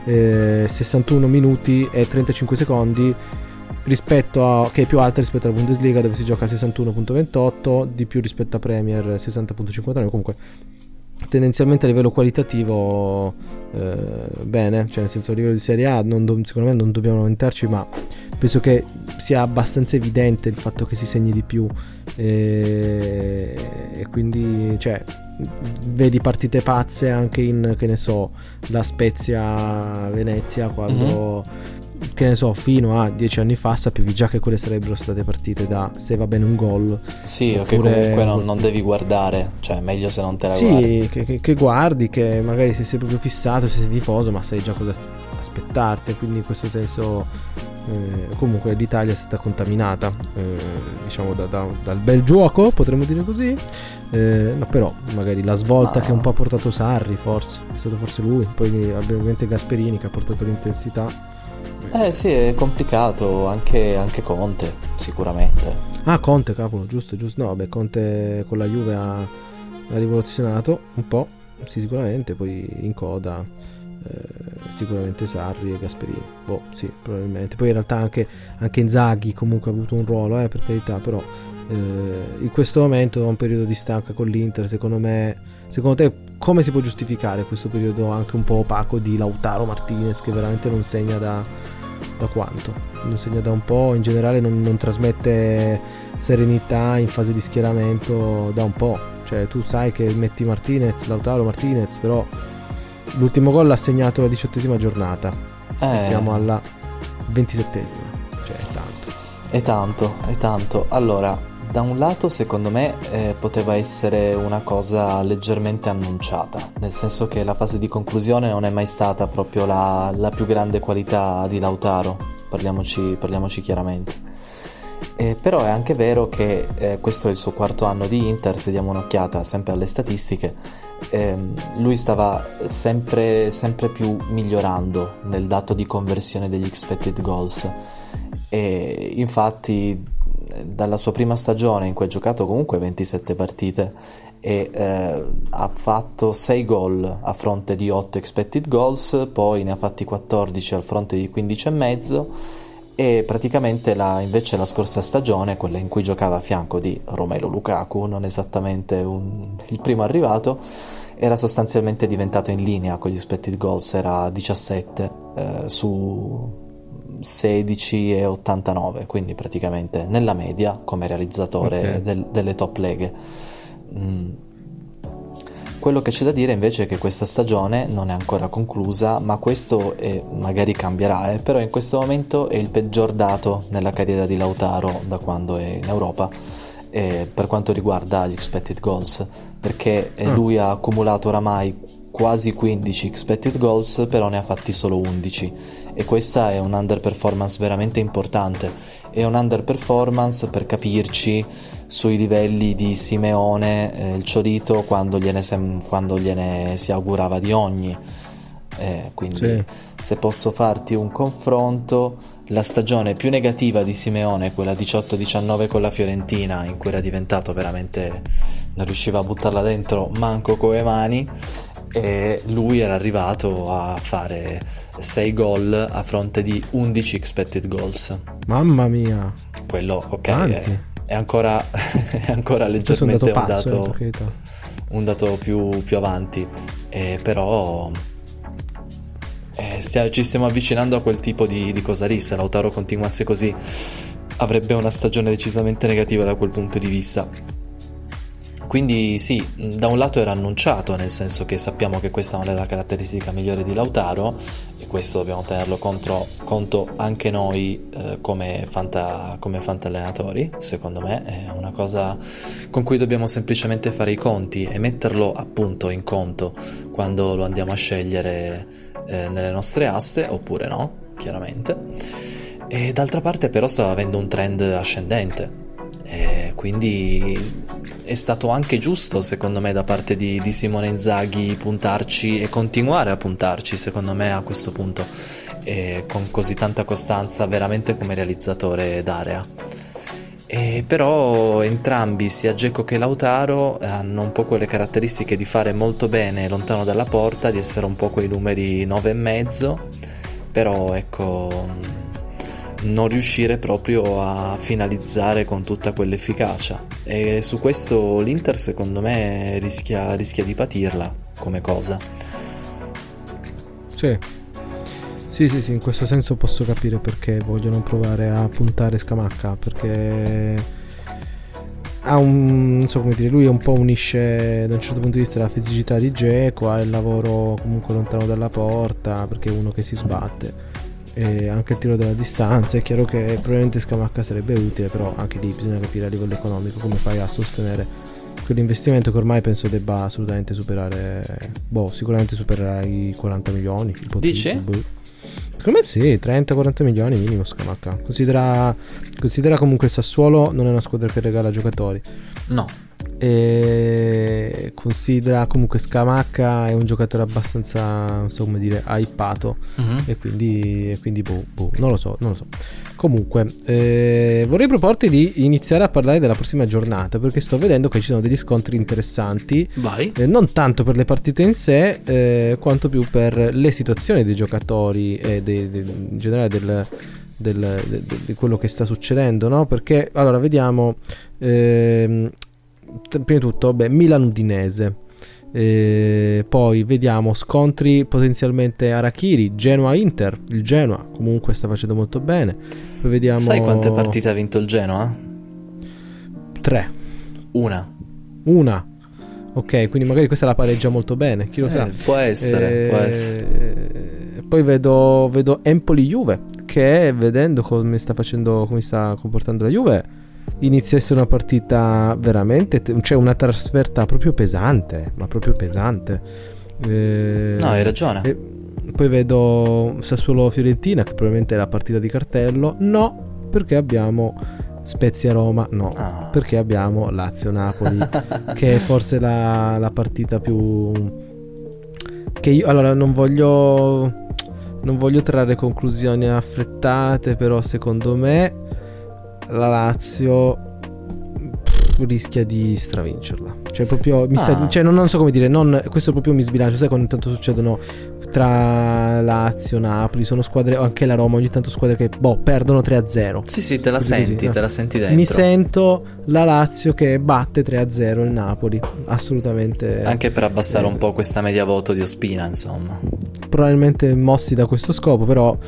61 minuti e 35 secondi rispetto che è più alta rispetto alla Bundesliga, dove si gioca a 61.28, di più rispetto a Premier 60.59. comunque tendenzialmente a livello qualitativo bene, cioè nel senso, a livello di Serie A secondo me non dobbiamo lamentarci, ma penso che sia abbastanza evidente il fatto che si segni di più, e quindi cioè vedi partite pazze anche in, che ne so, la Spezia Venezia, quando che ne so, fino a 10 anni fa sapevi già che quelle sarebbero state partite da, se va bene, un gol. Sì, o che comunque non devi guardare, cioè meglio se non te la guardi. Sì, che guardi, che magari se sei proprio fissato, se sei tifoso, ma sai già cosa aspettarti. Quindi in questo senso comunque l'Italia è stata contaminata, diciamo dal bel gioco, potremmo dire così. No, però magari la svolta che un po' ha portato Sarri, forse è stato lui, poi ovviamente Gasperini che ha portato l'intensità. Sì, è complicato, anche Conte sicuramente. Conte, cavolo, giusto. No, vabbè, Conte con la Juve ha rivoluzionato un po', sì, sicuramente. Poi in coda sicuramente Sarri e Gasperini, sì, probabilmente. Poi in realtà anche Inzaghi comunque ha avuto un ruolo, per carità, però in questo momento è un periodo di stanca con l'Inter. Secondo te come si può giustificare questo periodo anche un po' opaco di Lautaro Martinez, che veramente non segna da quanto? Non segna da un po', in generale non trasmette serenità in fase di schieramento da un po'. Cioè tu sai che metti Lautaro Martinez, però l'ultimo gol l'ha segnato la 18ª giornata e siamo alla 27ª, cioè è tanto. Allora, da un lato secondo me poteva essere una cosa leggermente annunciata, nel senso che la fase di conclusione non è mai stata proprio la più grande qualità di Lautaro, parliamoci chiaramente. Però è anche vero che questo è il suo 4º anno di Inter. Se diamo un'occhiata sempre alle statistiche, lui stava sempre più migliorando nel dato di conversione degli expected goals, e infatti dalla sua prima stagione, in cui ha giocato comunque 27 partite e ha fatto 6 gol a fronte di 8 expected goals, poi ne ha fatti 14 al fronte di 15,5, e praticamente invece la scorsa stagione, quella in cui giocava a fianco di Romelu Lukaku, non esattamente il primo arrivato, era sostanzialmente diventato in linea con gli expected goals, era 17 su 16,89, quindi praticamente nella media come realizzatore delle top leghe. Quello che c'è da dire invece è che questa stagione non è ancora conclusa, ma questo magari cambierà, però in questo momento è il peggior dato nella carriera di Lautaro da quando è in Europa, per quanto riguarda gli expected goals, perché lui ha accumulato oramai quasi 15 expected goals, però ne ha fatti solo 11, e questa è un underperformance veramente importante. È un underperformance, per capirci, sui livelli di Simeone, il Ciolito, quando gliene si augurava di ogni. Quindi Sì. se posso farti un confronto, la stagione più negativa di Simeone è quella 18-19 con la Fiorentina, in cui era diventato veramente, non riusciva a buttarla dentro manco con le mani, e lui era arrivato a fare 6 gol a fronte di 11 expected goals. Mamma mia. Quello, ok, Tanti. è ancora Questo è un leggermente dato pazzo, per carità. un dato più avanti, però ci stiamo avvicinando a quel tipo di cosa lì. Se Lautaro continuasse così avrebbe una stagione decisamente negativa da quel punto di vista. Quindi sì, da un lato era annunciato, nel senso che sappiamo che questa non è la caratteristica migliore di Lautaro, e questo dobbiamo tenerlo conto anche noi come fantallenatori. Secondo me è una cosa con cui dobbiamo semplicemente fare i conti e metterlo appunto in conto quando lo andiamo a scegliere nelle nostre aste, oppure no, chiaramente. E d'altra parte però sta avendo un trend ascendente, e quindi è stato anche giusto, secondo me, da parte di Simone Inzaghi puntarci e continuare a puntarci, secondo me, a questo punto, con così tanta costanza, veramente come realizzatore d'area. Però entrambi, sia Dzeko che Lautaro, hanno un po' quelle caratteristiche di fare molto bene lontano dalla porta, di essere un po' quei numeri 9,5, però ecco, non riuscire proprio a finalizzare con tutta quell'efficacia, e su questo l'Inter secondo me rischia di patirla come cosa. Sì, in questo senso posso capire perché vogliono provare a puntare Scamacca, perché ha non so come dire, lui un po' unisce da un certo punto di vista la fisicità di Dzeko, ha il lavoro comunque lontano dalla porta, perché è uno che si sbatte, e anche il tiro dalla distanza. È chiaro che probabilmente Scamacca sarebbe utile, però anche lì bisogna capire a livello economico come fai a sostenere quell'investimento che ormai penso debba assolutamente superare, sicuramente supererà i 40 milioni. Dici? Secondo me sì, 30-40 milioni minimo Scamacca. Considera comunque il Sassuolo non è una squadra che regala giocatori. No. E considera comunque Scamacca è un giocatore abbastanza, non so come dire, hypato. E quindi non lo so. Comunque vorrei proporti di iniziare a parlare della prossima giornata, perché sto vedendo che ci sono degli scontri interessanti. Vai. Non tanto per le partite in sé, quanto più per le situazioni dei giocatori e in generale di quello che sta succedendo, no? Perché allora vediamo, prima di tutto Milan-Udinese, poi vediamo scontri potenzialmente Arachiri, Genoa-Inter. Il Genoa comunque sta facendo molto bene. Poi vediamo, sai quante partite ha vinto il Genoa? 3. Una. Ok, quindi magari questa la pareggia molto bene, chi lo sa. Può essere. Poi vedo Empoli-Juve, che vedendo come sta comportando la Juve, inizia a essere una partita veramente, cioè una trasferta proprio pesante, ma proprio pesante. No, hai ragione. Poi vedo Sassuolo-Fiorentina, che probabilmente è la partita di cartello. No, perché abbiamo Spezia-Roma. No, perché abbiamo Lazio-Napoli, che è forse la partita più, che io, allora, non voglio trarre conclusioni affrettate, però secondo me la Lazio rischia di stravincerla. Cioè proprio cioè non so come dire, questo proprio mi sbilancio. Sai quando tanto succedono tra Lazio, Napoli, sono squadre, anche la Roma, ogni tanto squadre che perdono 3-0. Sì, te la senti, te la senti dentro. Mi sento la Lazio che batte 3-0 il Napoli, assolutamente. Anche per abbassare un po' questa media voto di Ospina, insomma. Probabilmente mossi da questo scopo, però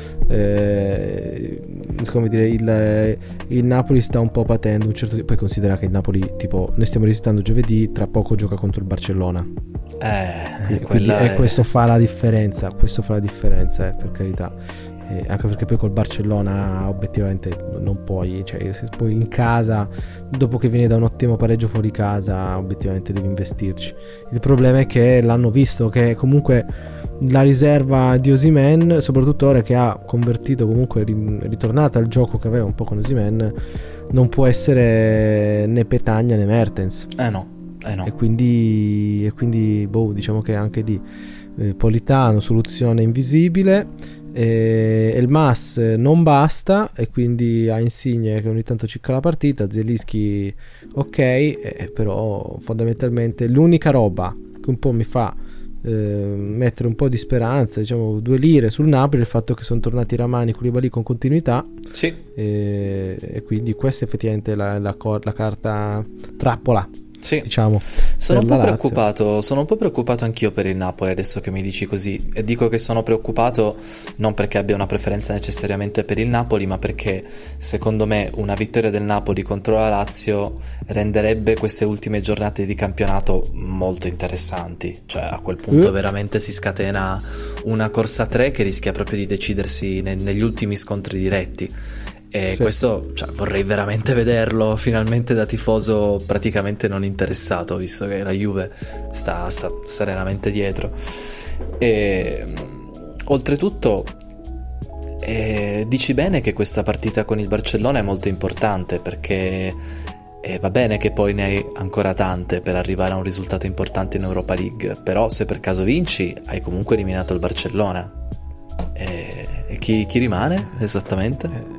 come dire, il Napoli sta un po' patendo un certo. Poi considera che il Napoli, tipo, noi stiamo registrando giovedì, tra poco gioca contro il Barcellona, quindi questo fa la differenza, per carità. anche perché poi col Barcellona obiettivamente non puoi, cioè se poi in casa, dopo che vieni da un ottimo pareggio fuori casa, obiettivamente devi investirci. Il problema è che l'hanno visto che comunque la riserva di Osimhen, soprattutto ora che ha convertito, comunque ritornata al gioco che aveva un po' con Osimhen, non può essere né Petagna né Mertens. No. E quindi diciamo che anche lì Politano soluzione invisibile, il Mas non basta, e quindi ha Insigne che ogni tanto cicca la partita, Zielinski ok, però fondamentalmente l'unica roba che un po' mi fa mettere un po' di speranza, diciamo 2 lire sul Napoli, è il fatto che sono tornati Ramani, Koulibaly con continuità, sì. E quindi questa è effettivamente la carta trappola. Sì, diciamo, sono un po' preoccupato anch'io per il Napoli adesso che mi dici così, e dico che sono preoccupato non perché abbia una preferenza necessariamente per il Napoli, ma perché secondo me una vittoria del Napoli contro la Lazio renderebbe queste ultime giornate di campionato molto interessanti, cioè a quel punto veramente si scatena una corsa a 3 che rischia proprio di decidersi negli ultimi scontri diretti. E sì, questo, cioè, vorrei veramente vederlo finalmente da tifoso praticamente non interessato, visto che la Juve sta serenamente dietro. E oltretutto dici bene che questa partita con il Barcellona è molto importante, perché va bene che poi ne hai ancora tante per arrivare a un risultato importante in Europa League, però se per caso vinci hai comunque eliminato il Barcellona. E chi rimane esattamente?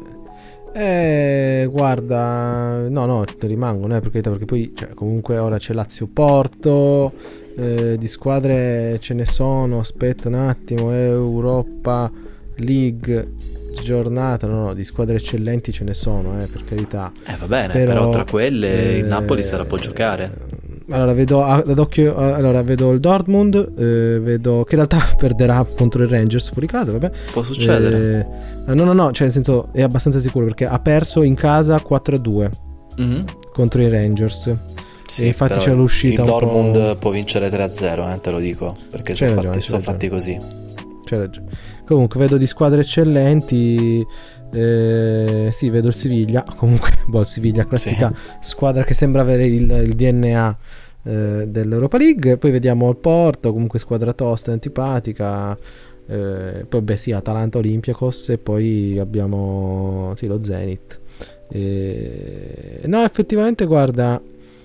Guarda, no, rimangono, perché poi cioè, comunque ora c'è Lazio-Porto, di squadre ce ne sono, aspetta un attimo, Europa League giornata, no, di squadre eccellenti ce ne sono, per carità. Va bene, però tra quelle il Napoli se la può giocare. Allora vedo ad occhio, vedo il Dortmund, vedo che in realtà perderà contro il Rangers fuori casa, vabbè. Può succedere. No, cioè nel senso è abbastanza sicuro, perché ha perso in casa 4-2 contro i Rangers. Sì, e infatti c'è l'uscita il Dortmund può vincere 3-0, te lo dico, perché sono fatti così. C'è ragione. Comunque vedo di squadre eccellenti. Sì, vedo il Siviglia. Comunque, il Siviglia, classica squadra che sembra avere il DNA dell'Europa League. Poi vediamo il Porto, comunque squadra tosta, antipatica. Poi Atalanta, Olympiacos, e poi abbiamo lo Zenit. No, effettivamente, guarda,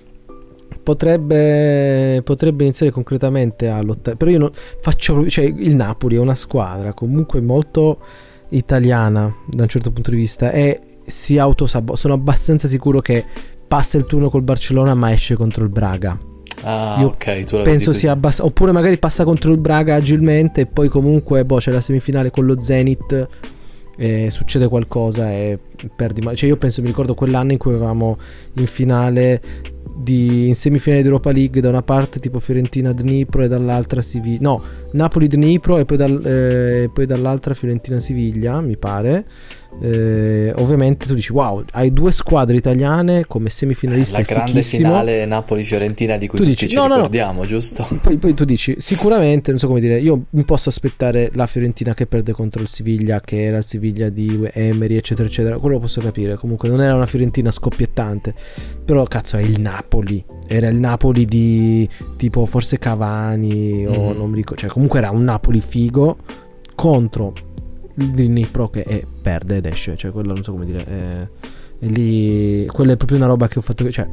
potrebbe iniziare concretamente a lottare. Però io non faccio, cioè, il Napoli è una squadra comunque molto italiana da un certo punto di vista, e si sono abbastanza sicuro che passa il turno col Barcellona ma esce contro il Braga. Io ok, tu la penso vedi sia oppure magari passa contro il Braga agilmente, e poi comunque c'è la semifinale con lo Zenit, succede qualcosa e perdi. Cioè io penso, mi ricordo quell'anno in cui avevamo in finale in semifinale di Europa League da una parte tipo Fiorentina Dnipro e dall'altra Napoli Dnipro, e poi dall'altra Fiorentina Siviglia, mi pare. Ovviamente tu dici wow, hai 2 squadre italiane come semifinaliste, la grande finale Napoli-Fiorentina di cui tutti ci ricordiamo, giusto? Poi tu dici sicuramente, non so come dire, io mi posso aspettare la Fiorentina che perde contro il Siviglia, che era il Siviglia di Emery, eccetera eccetera, quello lo posso capire, comunque non era una Fiorentina scoppiettante, però cazzo è il Napoli, era il Napoli di tipo forse Cavani o non mi ricordo, cioè comunque era un Napoli figo contro il Dnipro che perde ed esce, cioè quello non so come dire, e lì quella è proprio una roba che ho fatto, cioè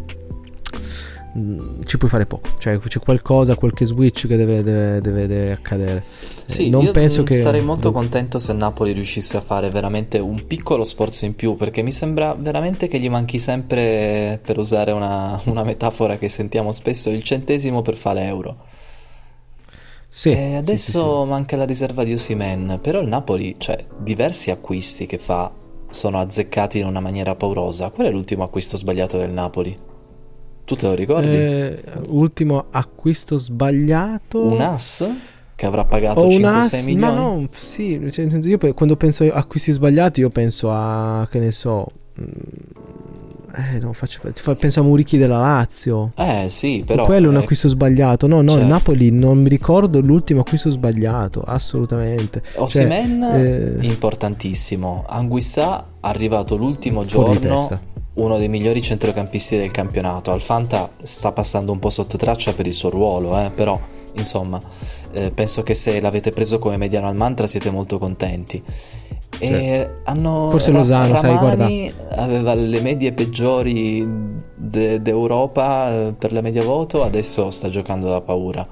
ci puoi fare poco, cioè c'è qualche switch che deve accadere. Sì, non penso che sarei molto contento se Napoli riuscisse a fare veramente un piccolo sforzo in più, perché mi sembra veramente che gli manchi sempre, per usare una metafora che sentiamo spesso, il centesimo per fare l'euro. Sì, e adesso sì. manca la riserva di Osimhen, però il Napoli, cioè diversi acquisti che fa sono azzeccati in una maniera paurosa. Qual è l'ultimo acquisto sbagliato del Napoli? Tu te lo ricordi? Ultimo acquisto sbagliato? Un as che avrà pagato 5-6 milioni? Ma no, sì, cioè, nel senso, io quando penso a acquisti sbagliati io penso a, che ne so, penso a Murichi della Lazio. Sì, però quello è un acquisto sbagliato. No, certo. Il Napoli non mi ricordo l'ultimo acquisto sbagliato, assolutamente. Osimhen importantissimo. Anguissa arrivato l'ultimo giorno, uno dei migliori centrocampisti del campionato. Al Fanta sta passando un po' sotto traccia per il suo ruolo, però insomma penso che se l'avete preso come mediano al Mantra siete molto contenti. E hanno forse Lozano, sai, guarda, aveva le medie peggiori d'Europa per la media voto, adesso sta giocando da paura.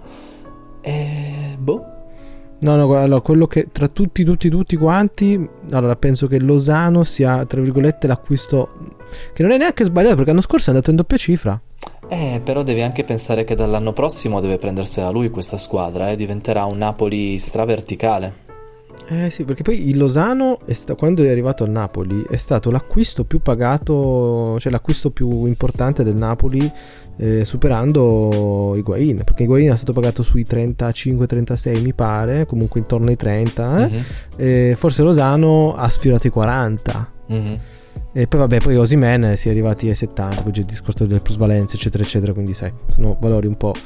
No, guarda, allora, quello che tra tutti quanti, allora penso che Lozano sia, tra virgolette, l'acquisto che non è neanche sbagliato, perché l'anno scorso è andato in doppia cifra. Però devi anche pensare che dall'anno prossimo deve prendersela lui questa squadra, diventerà un Napoli straverticale. Sì, perché poi il Lozano quando è arrivato al Napoli è stato l'acquisto più pagato, cioè l'acquisto più importante del Napoli, superando Higuain, perché Higuain è stato pagato sui 35-36 mi pare, comunque intorno ai 30, forse Lozano ha sfiorato i 40. E poi Osimhen si è arrivati ai 70, poi c'è il discorso delle plusvalenze eccetera eccetera, quindi sai, sono valori un po'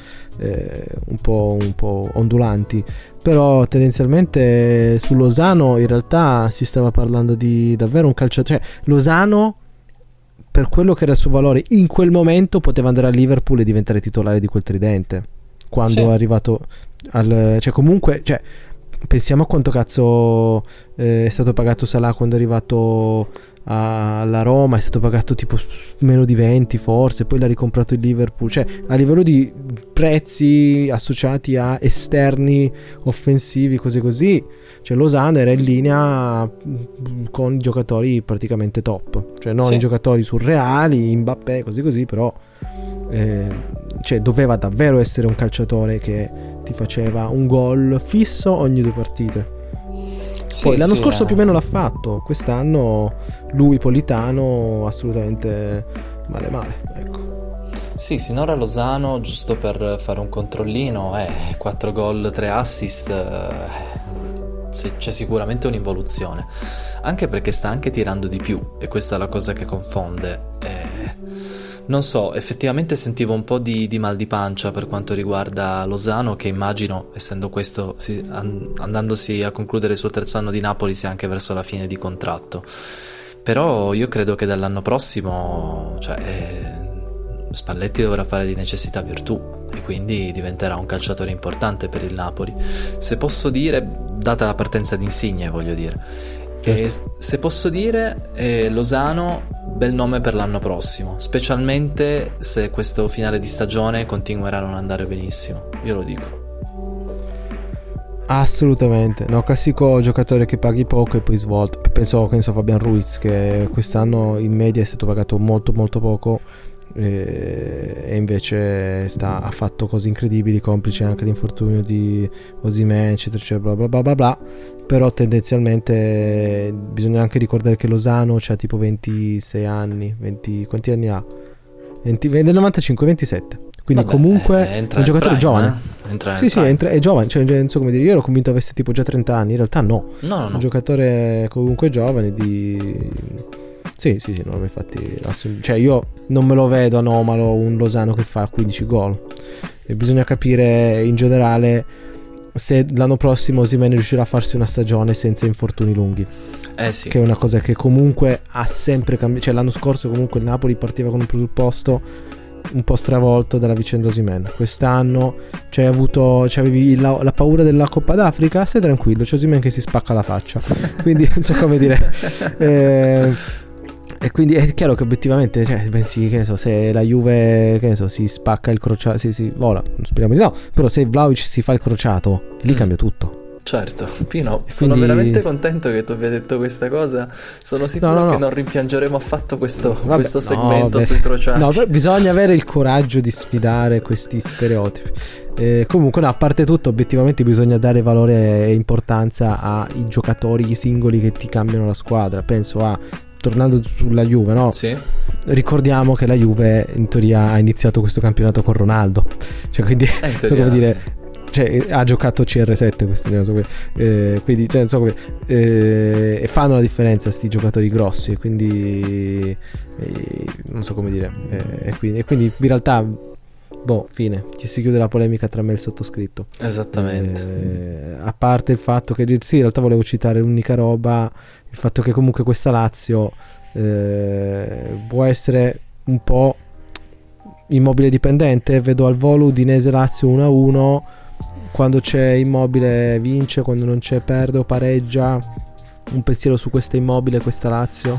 ondulanti, però tendenzialmente su Lozano in realtà si stava parlando di davvero un calciatore, cioè Lozano per quello che era il suo valore in quel momento poteva andare a Liverpool e diventare titolare di quel tridente quando è arrivato cioè comunque, cioè pensiamo a quanto cazzo è stato pagato Salah quando è arrivato alla Roma, è stato pagato tipo meno di 20 forse, poi l'ha ricomprato il Liverpool, cioè a livello di prezzi associati a esterni offensivi, cose così, cioè Lozano era in linea con giocatori praticamente top, cioè non i giocatori surreali, Mbappé, così, però cioè doveva davvero essere un calciatore che ti faceva un gol fisso ogni 2 partite. Poi l'anno scorso più o meno l'ha fatto, quest'anno lui Politano assolutamente male, ecco. Sì, sinora Lozano, giusto per fare un controllino, 4 gol, 3 assist, c'è sicuramente un'involuzione, anche perché sta anche tirando di più, e questa è la cosa che confonde. Non so, effettivamente sentivo un po' di mal di pancia per quanto riguarda Lozano, che immagino, essendo questo, andandosi a concludere il suo 3º anno di Napoli, sia anche verso la fine di contratto. Però io credo che dall'anno prossimo, Spalletti dovrà fare di necessità virtù, e quindi diventerà un calciatore importante per il Napoli. Se posso dire, data la partenza di Insigne, voglio dire. Se posso dire, Lozano, bel nome per l'anno prossimo, specialmente se questo finale di stagione continuerà a non andare benissimo, io lo dico. Assolutamente, no, classico giocatore che paghi poco e poi svolta. Penso Fabian Ruiz, che quest'anno in media è stato pagato molto molto poco, e invece ha fatto cose incredibili, complice anche l'infortunio di Osimhen eccetera bla bla bla bla bla. Però tendenzialmente bisogna anche ricordare che Lozano c'ha tipo 26 anni, quanti anni ha? Del 95, 27, quindi comunque è un giocatore giovane. È giovane, cioè, non so come dire, io ero convinto avesse tipo già 30 anni, in realtà no. Un giocatore comunque giovane Sì, no, infatti, cioè io non me lo vedo anomalo un Lozano che fa 15 gol, e bisogna capire in generale se l'anno prossimo Osimhen riuscirà a farsi una stagione senza infortuni lunghi, sì. Che è una cosa che comunque ha sempre cambiato, cioè l'anno scorso comunque il Napoli partiva con un presupposto un po' stravolto dalla vicenda Osimhen. Quest'anno avevi la paura della Coppa d'Africa, stai tranquillo, c'è Osimhen che si spacca la faccia, quindi non so come dire. E quindi è chiaro che obiettivamente, pensi, che ne so, se la Juve, che ne so, si spacca il crociato, ora speriamo di no, però se Vlahovic si fa il crociato, lì cambia tutto. Certo, Pino, sono veramente contento che tu abbia detto questa cosa. Sono sicuro che non rimpiangeremo affatto questo segmento sui crociati. No, bisogna avere il coraggio di sfidare questi stereotipi. Comunque, a parte tutto, obiettivamente bisogna dare valore e importanza ai giocatori singoli che ti cambiano la squadra. Tornando sulla Juve, no? Sì. Ricordiamo che la Juve in teoria ha iniziato questo campionato con Ronaldo, cioè quindi so come dire, cioè, ha giocato CR7 questo, non so quindi cioè, non so come, e fanno la differenza sti giocatori grossi, quindi non so come dire, e quindi in realtà fine, ci si chiude la polemica tra me e il sottoscritto. Esattamente. A parte il fatto che sì, in realtà volevo citare l'unica roba, il fatto che comunque questa Lazio può essere un po' Immobile dipendente. Vedo al volo Udinese Lazio 1-1, quando c'è Immobile vince, quando non c'è perde o pareggia. Un pensiero su questa Immobile, questa Lazio?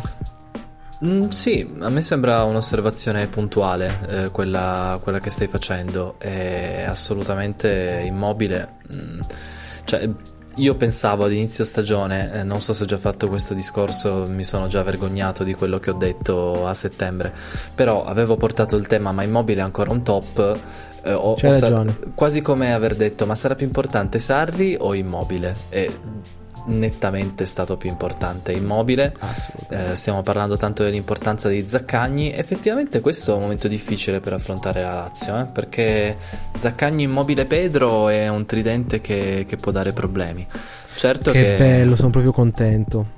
Sì, a me sembra un'osservazione puntuale, quella che stai facendo. È assolutamente Immobile. Cioè, io pensavo ad inizio stagione, non so se ho già fatto questo discorso, mi sono già vergognato di quello che ho detto a settembre, però avevo portato il tema, ma Immobile è ancora un top, C'hai ragione. quasi come aver detto, ma sarà più importante Sarri o Immobile? E nettamente è stato più importante Immobile. Stiamo parlando tanto dell'importanza di Zaccagni. Effettivamente questo è un momento difficile per affrontare la Lazio, perché Zaccagni, Immobile, Pedro è un tridente che può dare problemi. Certo che bello, sono proprio contento.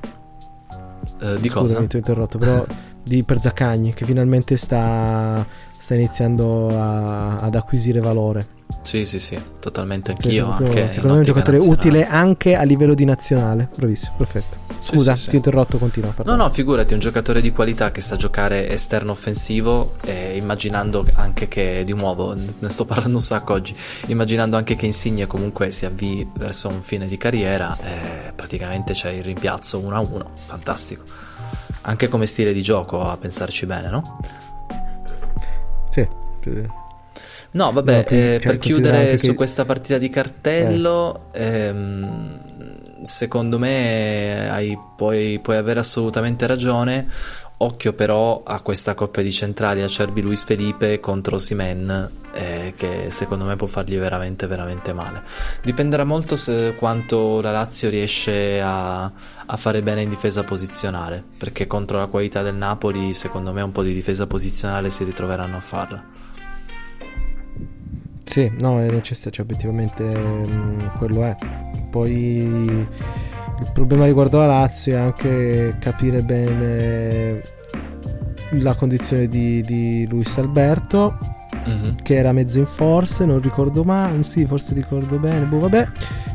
Di cosa? Scusami, ti ho interrotto, però per Zaccagni, che finalmente sta iniziando ad acquisire valore. Sì, totalmente, anch'io. Secondo me è un giocatore utile anche a livello di nazionale. Bravissimo, perfetto. Scusa, ti ho interrotto, continua. No, figurati, un giocatore di qualità che sa giocare esterno offensivo, immaginando anche che, di nuovo, ne sto parlando un sacco oggi, immaginando anche che Insigne comunque si avvii verso un fine di carriera, praticamente c'è il rimpiazzo 1-1, fantastico. Anche come stile di gioco, a pensarci bene, no? Sì. No, vabbè, per chiudere su questa partita di cartello, secondo me puoi avere assolutamente ragione. Occhio però a questa coppia di centrali, Acerbi, Luis Felipe contro Osimhen, che secondo me può fargli veramente veramente male. Dipenderà molto quanto la Lazio riesce a fare bene in difesa posizionale, perché contro la qualità del Napoli secondo me un po' di difesa posizionale si ritroveranno a farla. Sì, no, è necessario, cioè, obiettivamente quello è. Poi il problema riguardo la Lazio è anche capire bene la condizione di Luis Alberto, che era mezzo in forze, non ricordo mai, sì, forse ricordo bene, vabbè.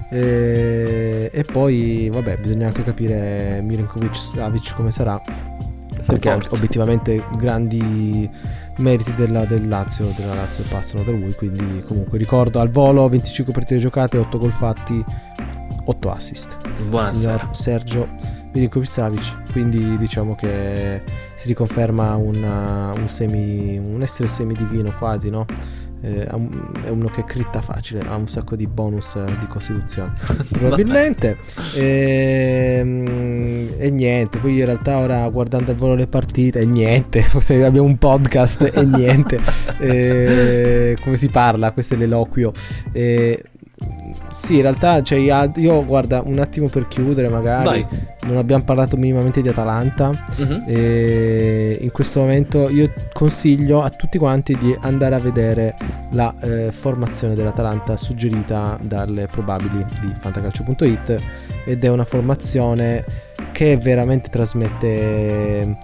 E poi vabbè, bisogna anche capire Milinkovic-Savic come sarà, perché obiettivamente grandi meriti della Lazio passano da lui. Quindi comunque ricordo al volo 25 partite giocate, 8 gol fatti, 8 assist. Buonasera Sergio Milinkovic-Savic. Quindi diciamo che si riconferma un essere semidivino quasi, no? È uno che critta facile, ha un sacco di bonus di costituzione probabilmente. E niente, poi in realtà ora guardando al volo le partite e niente, abbiamo un podcast e niente, come si parla, questo è l'eloquio. Sì, in realtà cioè, io guarda, un attimo per chiudere magari, non abbiamo parlato minimamente di Atalanta. E in questo momento io consiglio a tutti quanti di andare a vedere la formazione dell'Atalanta suggerita dalle probabili di fantacalcio.it, ed è una formazione che veramente trasmette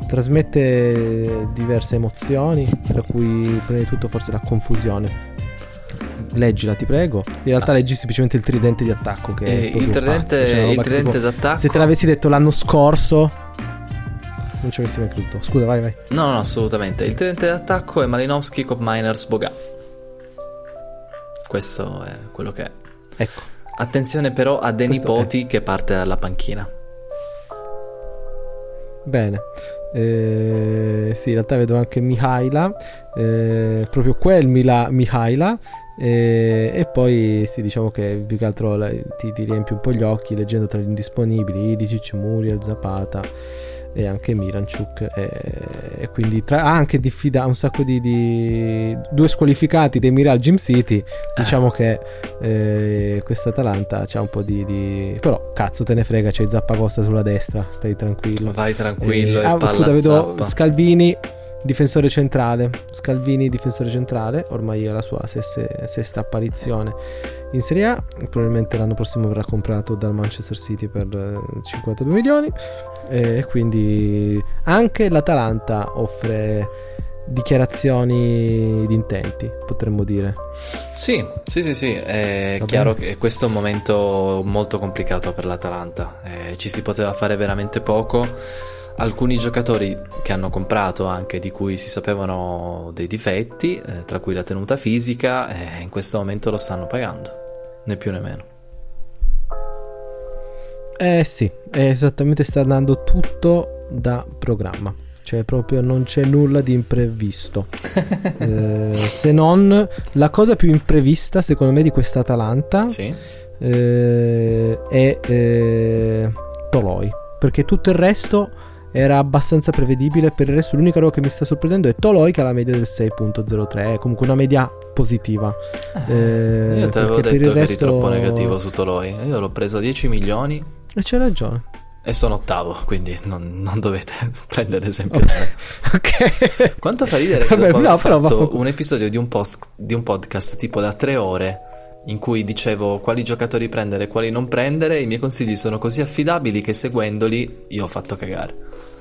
diverse emozioni, tra cui prima di tutto forse la confusione. Leggila, ti prego. In realtà leggi semplicemente il tridente di attacco, che è il tridente d'attacco. Se te l'avessi detto l'anno scorso non ci avresti mai creduto. Scusa, vai. No, assolutamente. Il tridente d'attacco è Malinowski, Kopp Miners, Boga. Questo è quello che è. Ecco. Attenzione però a De Nipoti che parte dalla panchina. Bene. Sì, in realtà vedo anche Mihaila, proprio quel Mihaila. E poi sì, diciamo che più che altro ti riempi un po' gli occhi leggendo tra gli indisponibili Ilicic, Muriel, Zapata e anche Miranchuk, e quindi anche diffida un sacco di due squalificati dei Miral Gym City. Diciamo che questa Atalanta c'ha un po' però cazzo te ne frega, c'è Zappacosta sulla destra, stai tranquillo, vai tranquillo. Scusa, vedo Scalvini difensore centrale. Scalvini difensore centrale, ormai è la sua sesta apparizione in Serie A, probabilmente l'anno prossimo verrà comprato dal Manchester City per 52 milioni, e quindi anche l'Atalanta offre dichiarazioni di intenti, potremmo dire. Sì, è chiaro che questo è un momento molto complicato per l'Atalanta, ci si poteva fare veramente poco. Alcuni giocatori che hanno comprato, anche di cui si sapevano dei difetti, tra cui la tenuta fisica, in questo momento lo stanno pagando, né più né meno. Sì, esattamente, sta andando tutto da programma. Cioè proprio non c'è nulla di imprevisto. Se non la cosa più imprevista secondo me di questa Atalanta, sì, è Toloi, perché tutto il resto era abbastanza prevedibile. Per il resto l'unica roba che mi sta sorprendendo è Toloi, che ha la media del 6.03, è comunque una media positiva. Io te avevo detto che eri troppo negativo su Toloi, io l'ho preso a 10 milioni e c'è ragione. E sono ottavo, quindi non dovete prendere esempio da me. Ok. Quanto fa ridere che dopo aver fatto un episodio di un podcast tipo da 3 ore in cui dicevo quali giocatori prendere e quali non prendere, i miei consigli sono così affidabili che seguendoli io ho fatto cagare.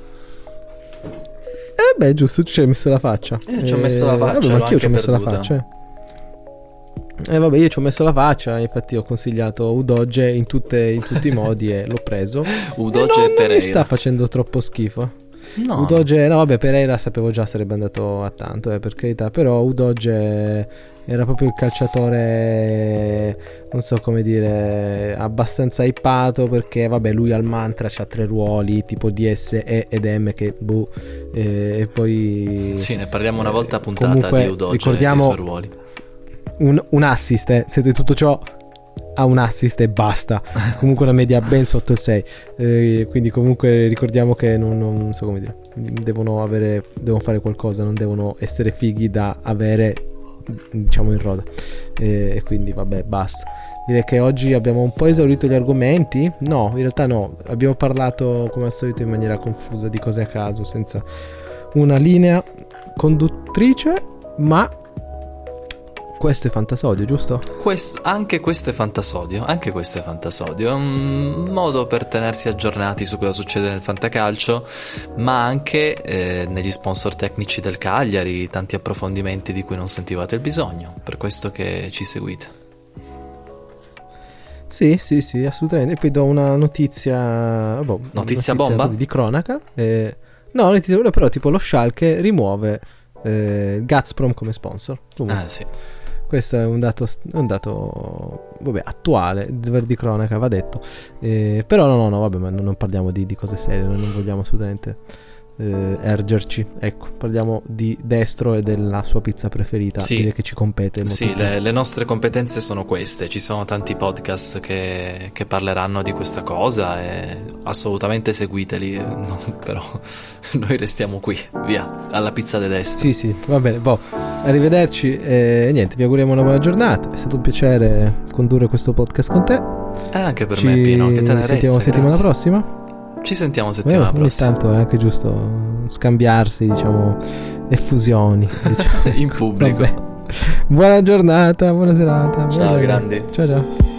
Beh, giusto, tu ci hai messo la faccia. Ci ho messo la faccia, vabbè, ma anch'io ci ho messo perduta. la faccia. Vabbè, io ci ho messo la faccia, infatti ho consigliato Udoge in tutti i modi e l'ho preso. Udoge e Pereira. Non mi sta facendo troppo schifo. No. Udoge, no vabbè, Pereira sapevo già sarebbe andato a tanto, per carità, però Udoge era proprio il calciatore, non so come dire, abbastanza hypato, perché vabbè, lui al mantra c'ha 3 ruoli tipo DS, E ed M, che e poi sì, ne parliamo una volta a puntata comunque, di Udoge ricordiamo, e i suoi ruoli. Un assist, se tutto ciò ha un assist e basta. Comunque una media ben sotto il 6, quindi comunque ricordiamo che non so come dire, devono fare qualcosa, non devono essere fighi da avere, diciamo, in roda, e quindi vabbè, basta. Direi che oggi abbiamo un po' esaurito gli argomenti. No, in realtà no, abbiamo parlato come al solito in maniera confusa, di cose a caso, senza una linea conduttrice, ma questo è Fantasodio, giusto? Anche questo è Fantasodio. È un modo per tenersi aggiornati su cosa succede nel fantacalcio, ma anche negli sponsor tecnici del Cagliari, tanti approfondimenti di cui non sentivate il bisogno. Per questo che ci seguite. Sì, assolutamente. E poi do una notizia bomba? Di cronaca. No, però tipo lo Schalke rimuove Gazprom come sponsor. Sì. Questo è un dato vabbè, attuale, di cronaca, va detto. Però no, vabbè, ma non parliamo di cose serie, noi non vogliamo assolutamente ergerci. Ecco, parliamo di Destro e della sua pizza preferita, sì, direi che ci compete. Sì, le nostre competenze sono queste. Ci sono tanti podcast che parleranno di questa cosa e assolutamente seguiteli. No, però noi restiamo qui, via, alla pizza de Destro. Sì, va bene, arrivederci e niente, vi auguriamo una buona giornata. È stato un piacere condurre questo podcast con te. Anche per me, Pino, che tenerezza. Ci sentiamo settimana prossima. Ci sentiamo settimana prossima. Ogni tanto è anche giusto scambiarsi, diciamo, effusioni, diciamo. In pubblico. Vabbè. Buona giornata, buona serata. Ciao, grandi. Ciao.